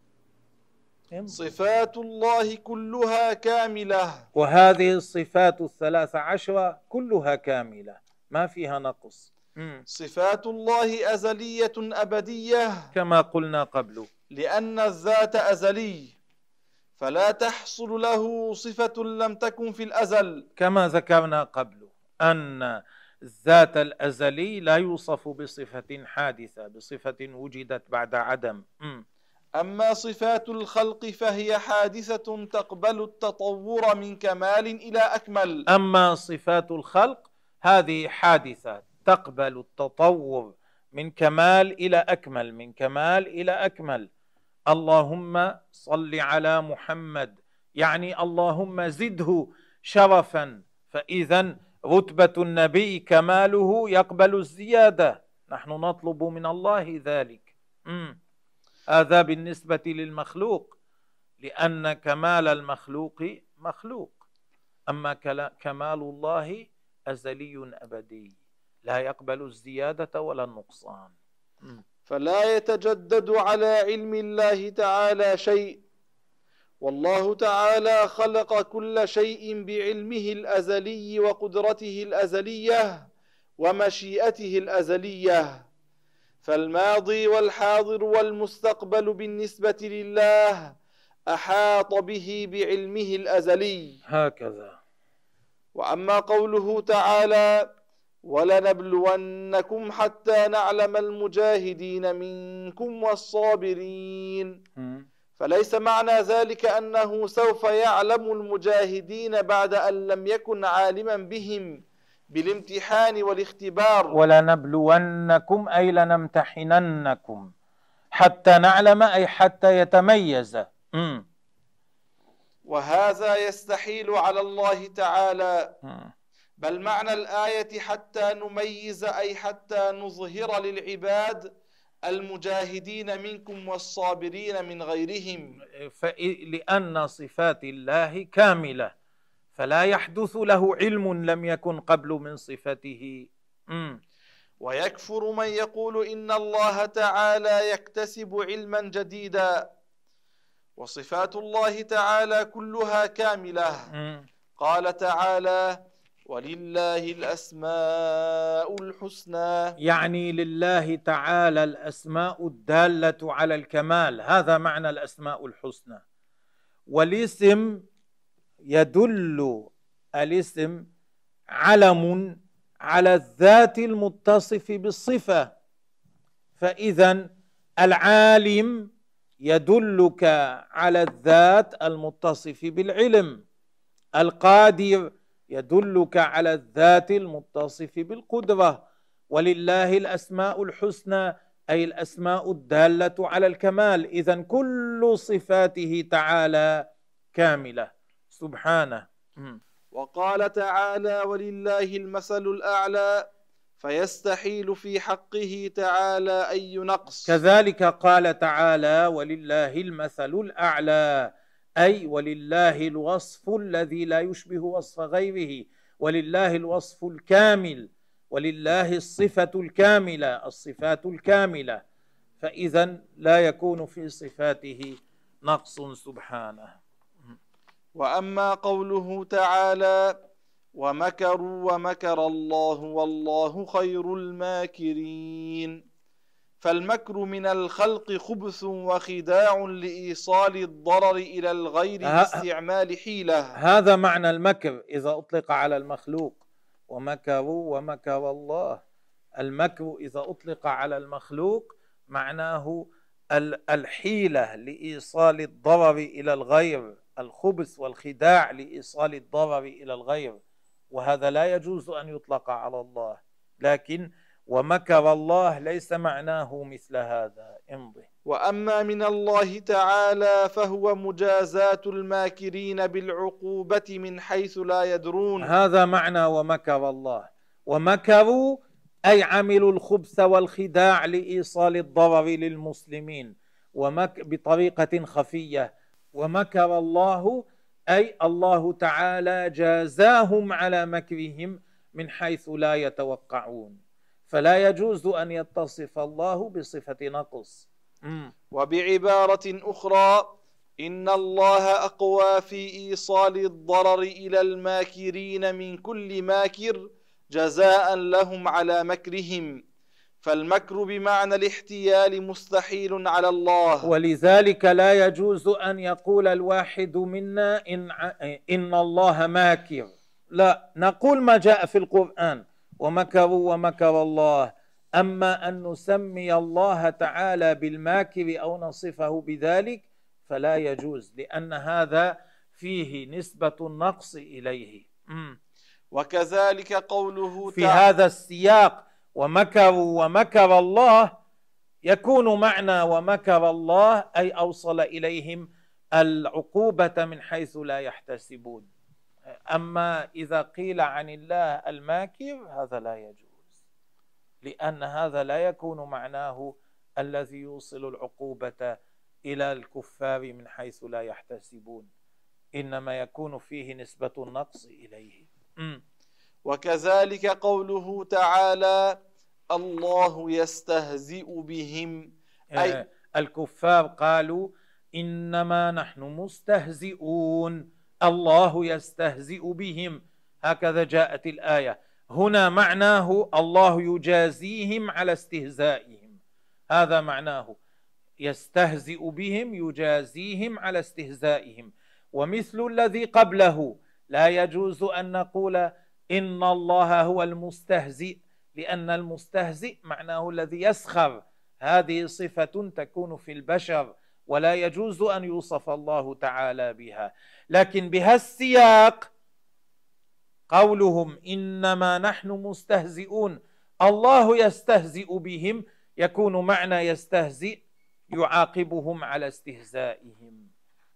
صفات الله كلها كاملة، وهذه الصفات الثلاثة عشرة كلها كاملة ما فيها نقص. م. صفات الله أزلية أبدية كما قلنا قبل، لأن الذات أزلي فلا تحصل له صفة لم تكن في الأزل. كما ذكرنا قبل أن الذات الأزلي لا يوصف بصفة حادثة، بصفة وجدت بعد عدم. م. أما صفات الخلق فهي حادثة تقبل التطور من كمال إلى أكمل. أما صفات الخلق هذه حادثة تقبل التطور من كمال إلى أكمل، من كمال إلى أكمل. اللهم صل على محمد، يعني اللهم زده شرفا، فإذا رتبة النبي كماله يقبل الزيادة، نحن نطلب من الله ذلك. م. هذا بالنسبة للمخلوق، لأن كمال المخلوق مخلوق، أما كمال الله أزلي أبدي لا يقبل الزيادة ولا النقصان. فلا يتجدد على علم الله تعالى شيء، والله تعالى خلق كل شيء بعلمه الأزلي وقدرته الأزلية ومشيئته الأزلية، فالماضي والحاضر والمستقبل بالنسبة لله أحاط به بعلمه الأزلي. هكذا. وأما قوله تعالى: ولنبلونكم حتى نعلم المجاهدين منكم والصابرين، فليس معنى ذلك أنه سوف يعلم المجاهدين بعد أن لم يكن عالما بهم بالامتحان والاختبار. ولنبلونكم أي لنمتحننكم، حتى نعلم أي حتى يتميز. مم. وهذا يستحيل على الله تعالى، مم. بل معنى الآية حتى نميز أي حتى نظهر للعباد المجاهدين منكم والصابرين من غيرهم، لأن صفات الله كاملة، فلا يحدث له علم لم يكن قبل من صفته. م. ويكفر من يقول إن الله تعالى يكتسب علما جديدا، وصفات الله تعالى كلها كاملة. م. قال تعالى: ولله الأسماء الحسنى، يعني لله تعالى الأسماء الدالة على الكمال، هذا معنى الأسماء الحسنى. والاسم يدل، الاسم علم على الذات المتصف بالصفة، فإذا العالم يدلك على الذات المتصف بالعلم، القادر يدلك على الذات المتصف بالقدرة. ولله الأسماء الحسنى أي الأسماء الدالة على الكمال، إذن كل صفاته تعالى كاملة سبحانه. وقال تعالى: ولله المثل الأعلى، فيستحيل في حقه تعالى أي نقص. كذلك قال تعالى: ولله المثل الأعلى، أي ولله الوصف الذي لا يشبه وصف غيره، ولله الوصف الكامل، ولله الصفة الكاملة، الصفات الكاملة، فإذا لا يكون في صفاته نقص سبحانه. وأما قوله تعالى: ومكروا ومكر الله والله خير الماكرين، فالمكر من الخلق خبث وخداع لإيصال الضرر إلى الغير باستعمال حيلة. هذا معنى المكر إذا أطلق على المخلوق. ومكروا ومكر الله، المكر إذا أطلق على المخلوق معناه الحيلة لإيصال الضرر إلى الغير، الخبث والخداع لإيصال الضرر إلى الغير، وهذا لا يجوز أن يطلق على الله. لكن ومكر الله ليس معناه مثل هذا. امضي. وأما من الله تعالى فهو مجازاة الماكرين بالعقوبة من حيث لا يدرون، هذا معنى ومكر الله. ومكروا أي عملوا الخبث والخداع لإيصال الضرر للمسلمين ومك بطريقة خفية. ومكر الله أي الله تعالى جازاهم على مكرهم من حيث لا يتوقعون، فلا يجوز أن يتصف الله بصفة نقص. م. وبعبارة أخرى: إن الله أقوى في إيصال الضرر إلى الماكرين من كل ماكر جزاء لهم على مكرهم، فالمكر بمعنى الاحتيال مستحيل على الله. ولذلك لا يجوز أن يقول الواحد منا إن, إن الله ماكر، لا، نقول ما جاء في القرآن: ومكروا ومكر الله. أما أن نسمي الله تعالى بالماكر أو نصفه بذلك فلا يجوز، لأن هذا فيه نسبة النقص إليه. م. وكذلك قوله في هذا السياق: ومكروا ومكر الله، يكون معنى ومكر الله أي أوصل إليهم العقوبة من حيث لا يحتسبون. أما إذا قيل عن الله الماكر هذا لا يجوز، لأن هذا لا يكون معناه الذي يوصل العقوبة إلى الكفار من حيث لا يحتسبون، إنما يكون فيه نسبة النقص إليه. م. وكذلك قوله تعالى: الله يستهزئ بهم، أي الكفار قالوا إنما نحن مستهزئون، الله يستهزئ بهم، هكذا جاءت الآية. هنا معناه الله يجازيهم على استهزائهم، هذا معناه، يستهزئ بهم يجازيهم على استهزائهم. ومثل الذي قبله لا يجوز أن نقول إن الله هو المستهزئ، لأن المستهزئ معناه الذي يسخر، هذه صفة تكون في البشر ولا يجوز أن يوصف الله تعالى بها. لكن بها السياق قولهم إنما نحن مستهزئون الله يستهزئ بهم، يكون معنى يستهزئ يعاقبهم على استهزائهم.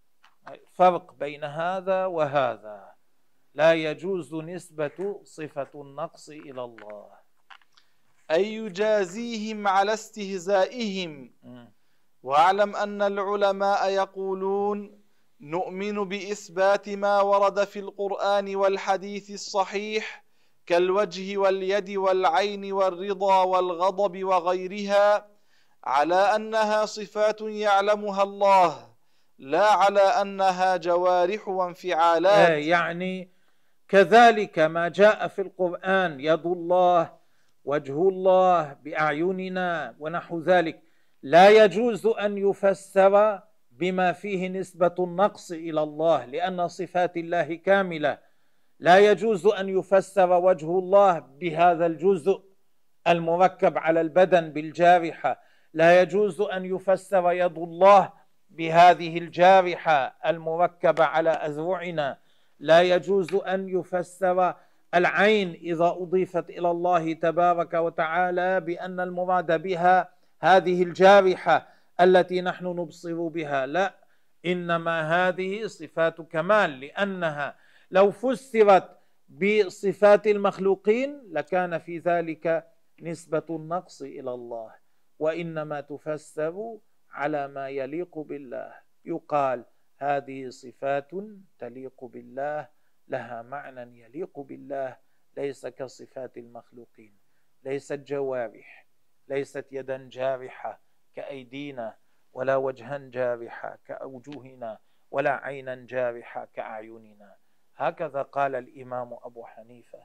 فرق بين هذا وهذا، لا يجوز نسبة صفة النقص إلى الله. أي يجازيهم على استهزائهم. واعلم أن العلماء يقولون نؤمن بإثبات ما ورد في القرآن والحديث الصحيح كالوجه واليد والعين والرضا والغضب وغيرها على أنها صفات يعلمها الله، لا على أنها جوارح وانفعالات. يعني كذلك ما جاء في القرآن يد الله، وجه الله بأعيننا ونحو ذلك، لا يجوز أن يفسر بما فيه نسبة النقص إلى الله، لأن صفات الله كاملة. لا يجوز أن يفسر وجه الله بهذا الجزء المركب على البدن بالجارحة، لا يجوز أن يفسر يد الله بهذه الجارحة المركبة على أذرعنا، لا يجوز أن يفسر العين إذا أضيفت إلى الله تبارك وتعالى بأن المراد بها هذه الجارحة التي نحن نبصر بها، لا، إنما هذه صفات كمال، لأنها لو فسرت بصفات المخلوقين لكان في ذلك نسبة النقص إلى الله، وإنما تفسر على ما يليق بالله. يقال هذه صفات تليق بالله، لها معنى يليق بالله، ليس كصفات المخلوقين، ليست جوارح، ليست يدا جارحة كأيدينا، ولا وجها جارحة كأوجهنا، ولا عينا جارحة كأعيننا. هكذا قال الإمام أبو حنيفة: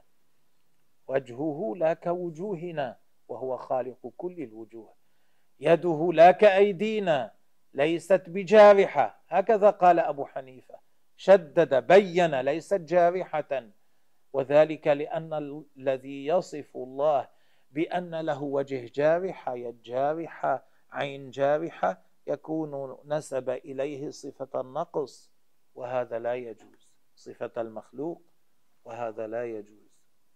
وجهه لا كوجوهنا وهو خالق كل الوجوه، يده لا كأيدينا ليست بجارحة، هكذا قال أبو حنيفة، شدد بين ليست جارحة، وذلك لأن الذي يصف الله بأن له وجه جارحة، يد جارحة، عين جارحة، يكون نسب إليه صفة النقص، وهذا لا يجوز، صفة المخلوق، وهذا لا يجوز.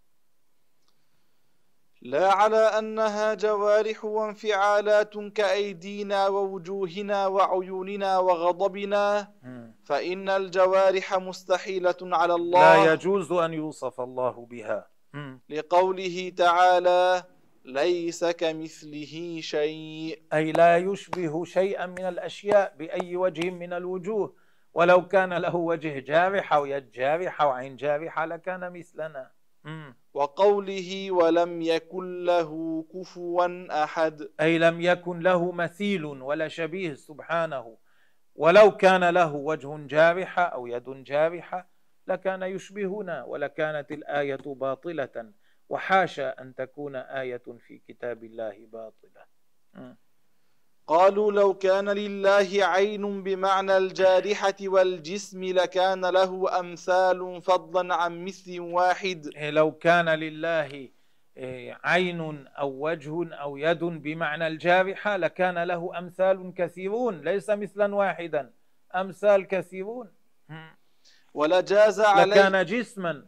لا على أنها جوارح وانفعالات كأيدينا ووجوهنا وعيوننا وغضبنا، فإن الجوارح مستحيلة على الله، لا يجوز أن يوصف الله بها، لقوله تعالى: ليس كمثله شيء، أي لا يشبه شيئا من الأشياء بأي وجه من الوجوه، ولو كان له وجه جارحة ويد جارحة وعين جارحة لكان مثلنا. مم. وقوله: ولم يكن له كفوا أحد، أي لم يكن له مثيل ولا شبيه سبحانه، ولو كان له وجه جارحة أو يد جارحة لكان يشبهنا ولكانت الآية باطلة، وحاشا أن تكون آية في كتاب الله باطلة. م. قالوا: لو كان لله عين بمعنى الجارحة والجسم لكان له أمثال فضلا عن مثل واحد. لو كان لله عين أو وجه أو يد بمعنى الجارحة لكان له أمثال كثيرون، ليس مثلا واحدا، أمثال كثيرون. ولجاز عليه، لكان جسما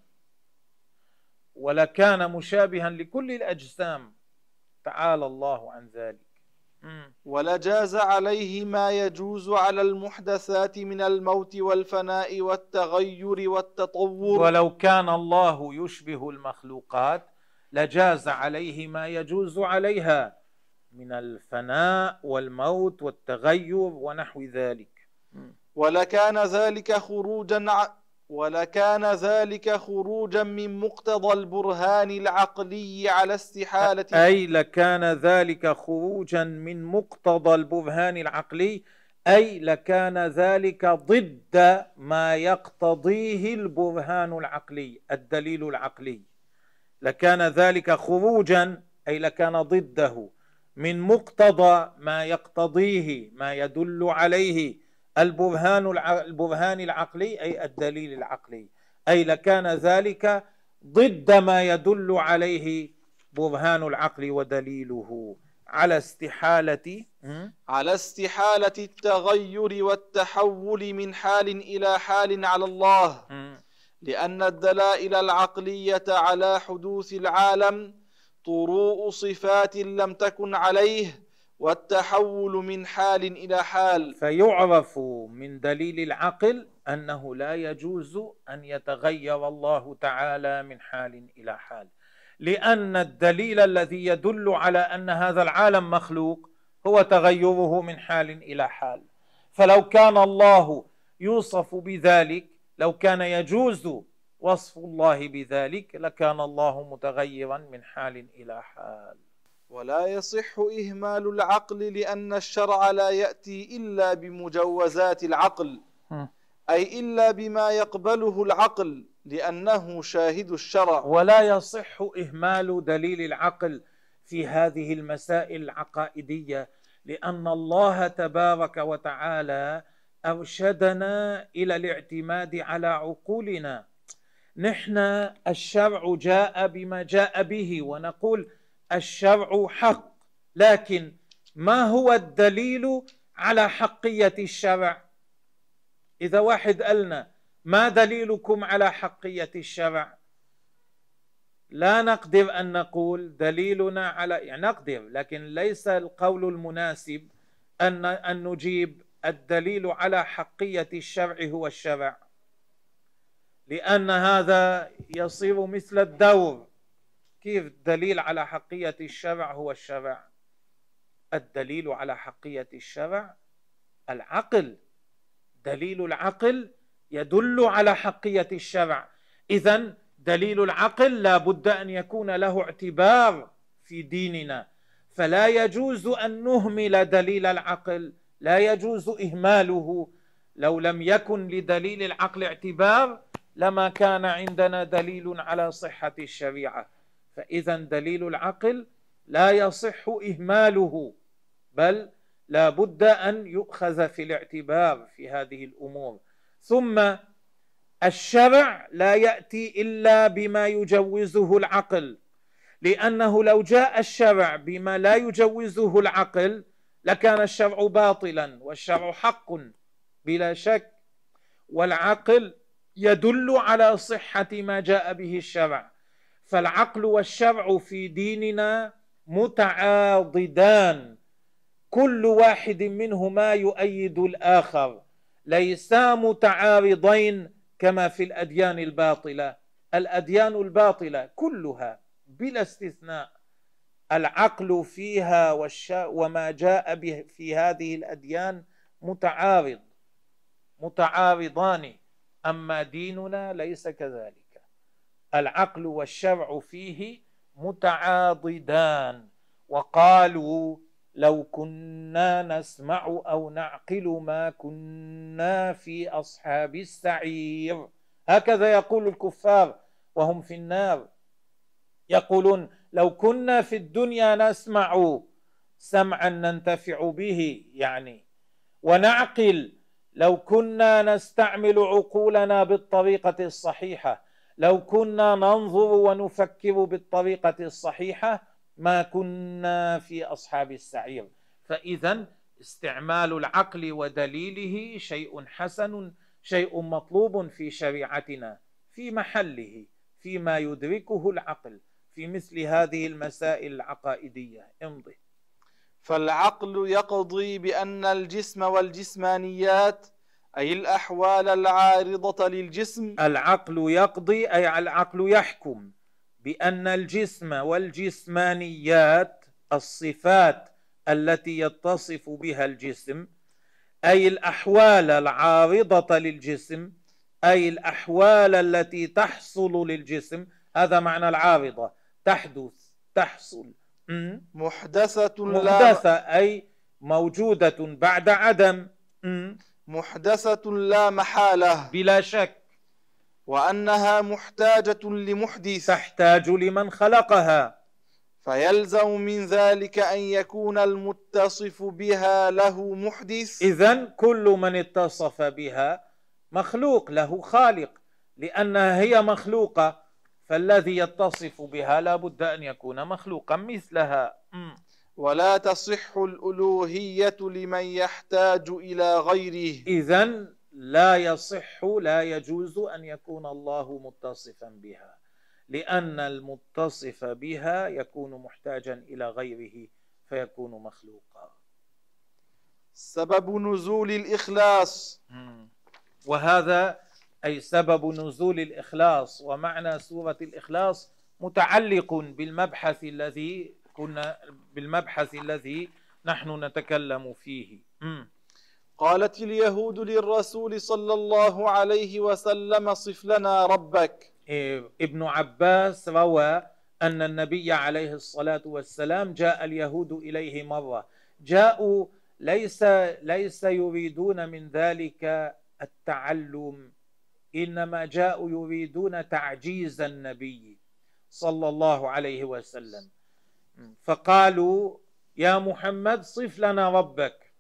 ولكان مشابها لكل الأجسام، تعالى الله عن ذلك. ولجاز عليه ما يجوز على المحدثات من الموت والفناء والتغير والتطور. ولو كان الله يشبه المخلوقات لجاز عليه ما يجوز عليها من الفناء والموت والتغير ونحو ذلك. ولكان ذلك خروجا ع... ولكان ذلك خروجا من مقتضى البرهان العقلي على استحالة أي لكان ذلك خروجا من مقتضى البرهان العقلي، أي لكان ذلك ضد ما يقتضيه البرهان العقلي، الدليل العقلي. لكان ذلك خروجا أي لكان ضده من مقتضى ما يقتضيه ما يدل عليه البرهان البرهان العقلي، أي الدليل العقلي، أي لكان ذلك ضد ما يدل عليه برهان العقل ودليله على استحالة على استحالة التغير والتحول من حال إلى حال على الله، لأن الدلائل العقلية على حدوث العالم طروء صفات لم تكن عليه، والتحول من حال إلى حال. فيعرف من دليل العقل أنه لا يجوز أن يتغير الله تعالى من حال إلى حال، لأن الدليل الذي يدل على أن هذا العالم مخلوق هو تغيره من حال إلى حال. فلو كان الله يوصف بذلك، لو كان يجوز وصف الله بذلك، لكان الله متغيرا من حال إلى حال. ولا يصح إهمال العقل، لأن الشرع لا يأتي إلا بمجوزات العقل، أي إلا بما يقبله العقل، لأنه شاهد الشرع. ولا يصح إهمال دليل العقل في هذه المسائل العقائدية، لأن الله تبارك وتعالى أرشدنا إلى الاعتماد على عقولنا. نحن الشرع جاء بما جاء به ونقول الشرع حق، لكن ما هو الدليل على حقية الشرع؟ إذا واحد قالنا ما دليلكم على حقية الشرع، لا نقدر أن نقول دليلنا على، يعني نقدر لكن ليس القول المناسب أن أن نجيب الدليل على حقية الشرع هو الشرع، لأن هذا يصير مثل الدور. كيف الدليل على حقية الشرع هو الشرع؟ الدليل على حقية الشرع العقل، دليل العقل يدل على حقية الشرع. إذن دليل العقل لا بد أن يكون له اعتبار في ديننا، فلا يجوز أن نهمل دليل العقل، لا يجوز إهماله. لو لم يكن لدليل العقل اعتبار لما كان عندنا دليل على صحة الشريعة. فإذا دليل العقل لا يصح إهماله، بل لا بد أن يؤخذ في الاعتبار في هذه الأمور. ثم الشرع لا يأتي إلا بما يجوزه العقل، لأنه لو جاء الشرع بما لا يجوزه العقل لكان الشرع باطلا، والشرع حق بلا شك، والعقل يدل على صحة ما جاء به الشرع. فالعقل والشرع في ديننا متعاضدان، كل واحد منهما يؤيد الآخر، ليسا متعارضين كما في الأديان الباطلة. الأديان الباطلة كلها بلا استثناء العقل فيها وما جاء به في هذه الأديان متعارض، متعارضان. أما ديننا ليس كذلك، العقل والشرع فيه متعاضدان. وقالوا لو كنا نسمع أو نعقل ما كنا في أصحاب السعير، هكذا يقول الكفار وهم في النار، يقولون لو كنا في الدنيا نسمع سمعا ننتفع به يعني، ونعقل لو كنا نستعمل عقولنا بالطريقة الصحيحة، لو كنا ننظر ونفكر بالطريقة الصحيحة ما كنا في أصحاب السعير. فإذا استعمال العقل ودليله شيء حسن، شيء مطلوب في شريعتنا في محله، فيما يدركه العقل في مثل هذه المسائل العقائدية. امضي. فالعقل يقضي بأن الجسم والجسمانيات، أي الأحوال العارضة للجسم، العقل يقضي أي العقل يحكم بأن الجسم والجسمانيات، الصفات التي يتصف بها الجسم، أي الأحوال العارضة للجسم، أي الأحوال التي تحصل للجسم، هذا معنى العارضة، تحدث تحصل. محدثة محدثة لا أي موجودة بعد عدم. محدثة لا محالة، بلا شك. وأنها محتاجة لمحدث، تحتاج لمن خلقها. فيلزم من ذلك أن يكون المتصف بها له محدث. إذن كل من اتصف بها مخلوق له خالق، لأنها هي مخلوقة، فالذي يتصف بها لا بد أن يكون مخلوقا مثلها. ولا تصح الألوهية لمن يحتاج إلى غيره. إذن لا يصح، لا يجوز أن يكون الله متصفا بها، لأن المتصف بها يكون محتاجا إلى غيره فيكون مخلوقا. سبب نزول الإخلاص، وهذا أي سبب نزول الإخلاص، ومعنى سورة الإخلاص متعلق بالمبحث الذي كنا بالمبحث الذي نحن نتكلم فيه. قالت اليهود للرسول صلى الله عليه وسلم صف لنا ربك. ابن عباس روى أن النبي عليه الصلاة والسلام جاء اليهود إليه مرة، جاءوا ليس ليس يريدون من ذلك التعلم، إنما جاءوا يريدون تعجيز النبي صلى الله عليه وسلم، فقالوا يا محمد صف لنا ربك.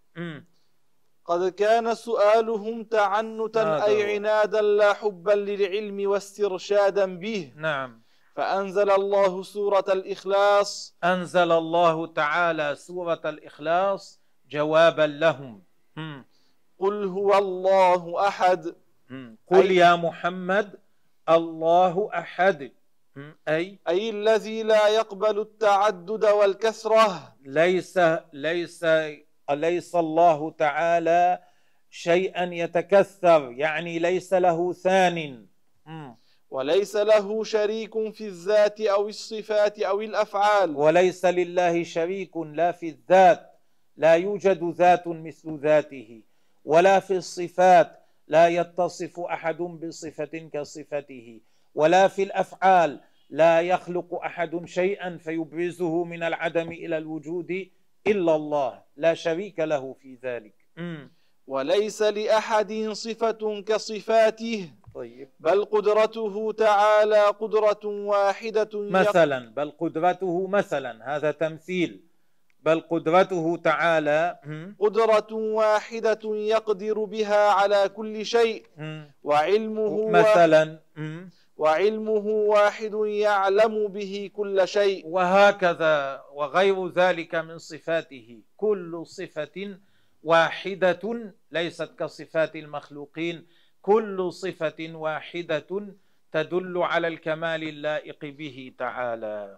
قد كان سؤالهم تعنتا أي عنادا لا حبا للعلم واسترشادا به. نعم. فأنزل الله سورة الإخلاص، أنزل الله تعالى سورة الإخلاص جوابا لهم. قل هو الله أحد. قل يا محمد الله أحد، أي أي الذي لا يقبل التعدد والكثرة. ليس ليس ليس الله تعالى شيئا يتكثر، يعني ليس له ثان، وليس له شريك في الذات أو الصفات أو الأفعال. وليس لله شريك لا في الذات، لا يوجد ذات مثل ذاته، ولا في الصفات، لا يتصف أحد بصفة كصفته، ولا في الأفعال، لا يخلق أحد شيئا فيبرزه من العدم إلى الوجود إلا الله، لا شريك له في ذلك. مم. وليس لأحد صفة كصفاته. طيب. بل قدرته تعالى قدرة واحدة مثلا، بل قدرته مثلا، هذا تمثيل. بل قدرته تعالى قدرة واحدة يقدر بها على كل شيء. وعلمه مثلا وعلمه واحد يعلم به كل شيء. وهكذا وغير ذلك من صفاته، كل صفة واحدة ليست كصفات المخلوقين، كل صفة واحدة تدل على الكمال اللائق به تعالى.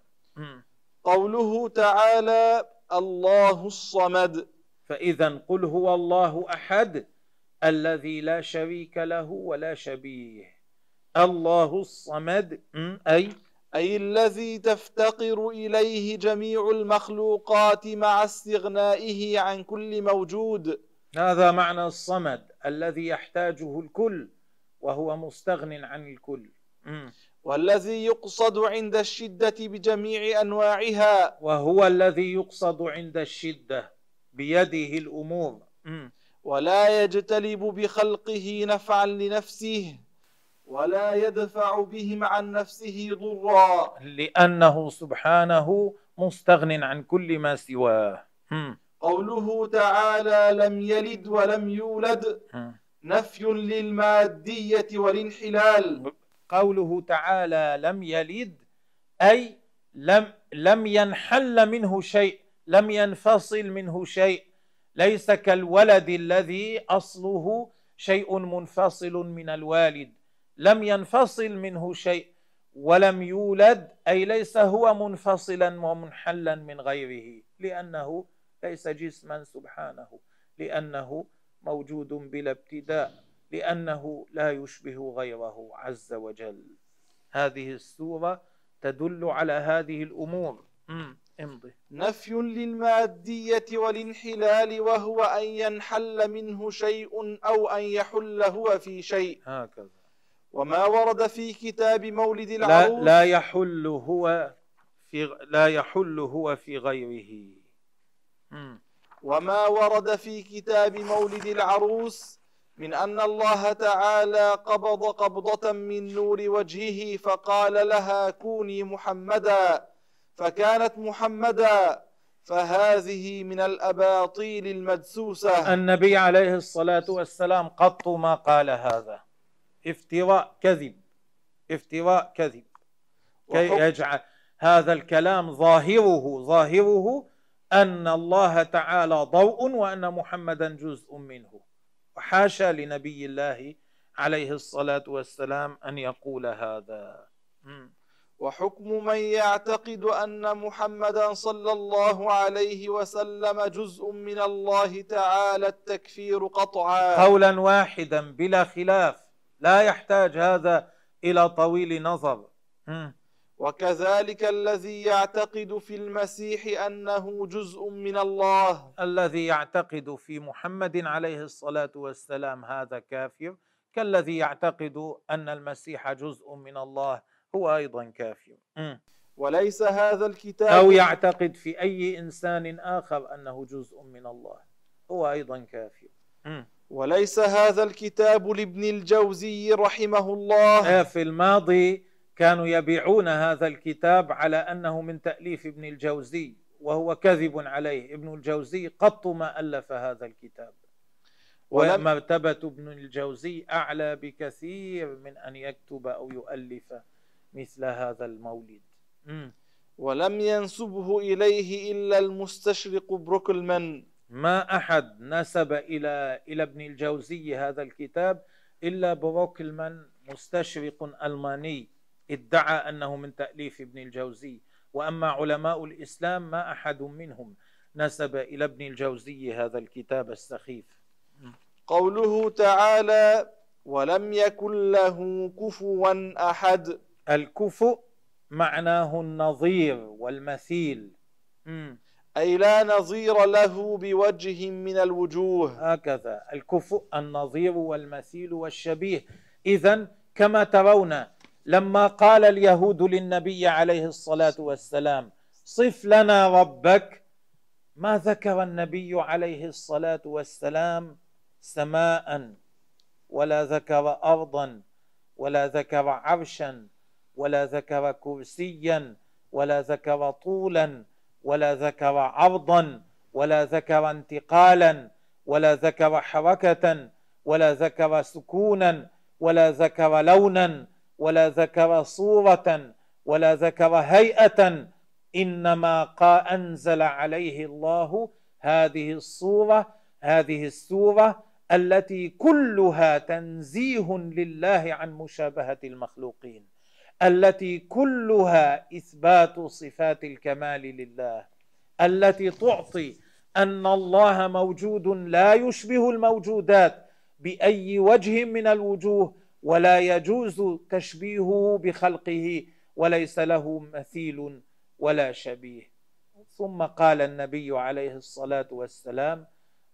قوله تعالى الله الصمد، فإذا قل هو الله أحد الذي لا شريك له ولا شبيه. الله الصمد أي أي الذي تفتقر إليه جميع المخلوقات مع استغنائه عن كل موجود. هذا معنى الصمد، الذي يحتاجه الكل وهو مستغن عن الكل. والذي يقصد عند الشدة بجميع أنواعها، وهو الذي يقصد عند الشدة بيده الأمور. ولا يجتلب بخلقه نفعا لنفسه ولا يدفع بهم عن نفسه ضرا، لأنه سبحانه مستغن عن كل ما سواه. قوله تعالى لم يلد ولم يولد نفي للمادية والانحلال. قوله تعالى لم يلد أي لم, لم ينحل منه شيء، لم ينفصل منه شيء، ليس كالولد الذي أصله شيء منفصل من الوالد، لم ينفصل منه شيء. ولم يولد أي ليس هو منفصلا ومنحلا من غيره، لأنه ليس جسما سبحانه، لأنه موجود بلا ابتداء، لأنه لا يشبه غيره عز وجل. هذه السورة تدل على هذه الأمور. امضي. نفي للمادية والانحلال، وهو أن ينحل منه شيء أو أن يحل هو في شيء. هكذا. وما ورد في كتاب مولد لا, العروس لا يحل هو في لا يحل هو في غيره. وما ورد في كتاب مولد العروس من أن الله تعالى قبض قبضة من نور وجهه فقال لها كوني محمدا فكانت محمدا، فهذه من الأباطيل المدسوسة. النبي عليه الصلاة والسلام قط ما قال هذا، افتراء كذب، افتراء كذب، كي يجعل هذا الكلام ظاهره ظاهره أن الله تعالى ضوء وأن محمدا جزء منه، وحاشا لنبي الله عليه الصلاة والسلام أن يقول هذا. وحكم من يعتقد أن محمدا صلى الله عليه وسلم جزء من الله تعالى التكفير قطعا، قولا واحدا بلا خلاف، لا يحتاج هذا إلى طويل نظر. وكذلك الذي يعتقد في المسيح أنه جزء من الله، الذي يعتقد في محمد عليه الصلاة والسلام هذا كافر، كالذي يعتقد أن المسيح جزء من الله هو أيضا كافر. وليس هذا الكتاب أو يعتقد في أي إنسان آخر أنه جزء من الله هو أيضا كافر. وليس هذا الكتاب لابن الجوزي رحمه الله. في الماضي كانوا يبيعون هذا الكتاب على أنه من تأليف ابن الجوزي، وهو كذب عليه. ابن الجوزي قط ما ألف هذا الكتاب، ومرتبة ابن الجوزي أعلى بكثير من أن يكتب أو يؤلف مثل هذا المولد. مم. ولم ينسبه إليه إلا المستشرق بروكلمان. ما أحد نسب إلى إلى ابن الجوزي هذا الكتاب إلا بروكلمان، مستشرق ألماني ادعى أنه من تأليف ابن الجوزي. وأما علماء الإسلام ما أحد منهم نسب إلى ابن الجوزي هذا الكتاب السخيف. قوله تعالى ولم يكن له كفوا أحد، الكفؤ معناه النظير والمثيل، م. أي لا نظير له بوجه من الوجوه. هكذا الكفؤ النظير والمثيل والشبيه. إذن كما ترون لما قال اليهود للنبي عليه الصلاة والسلام صف لنا ربك، ما ذكر النبي عليه الصلاة والسلام سماء، ولا ذكر أرضا، ولا ذكر عرشا، ولا ذكر كرسيا، ولا ذكر طولا، ولا ذكر عرضا، ولا ذكر انتقالا، ولا ذكر حركة، ولا ذكر سكونا، ولا ذكر لونا، ولا ذكر صورة، ولا ذكر هيئة. إنما قال أنزل عليه الله هذه الصورة هذه السورة التي كلها تنزيه لله عن مشابهة المخلوقين، التي كلها إثبات صفات الكمال لله، التي تعطي أن الله موجود لا يشبه الموجودات بأي وجه من الوجوه، ولا يجوز تشبيهه بخلقه، وليس له مثيل ولا شبيه. ثم قال النبي عليه الصلاة والسلام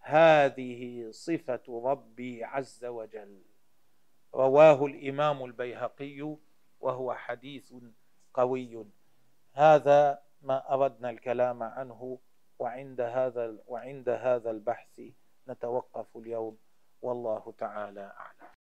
هذه صفة ربي عز وجل. رواه الإمام البيهقي وهو حديث قوي. هذا ما أردنا الكلام عنه، وعند هذا وعند هذا البحث نتوقف اليوم، والله تعالى أعلم.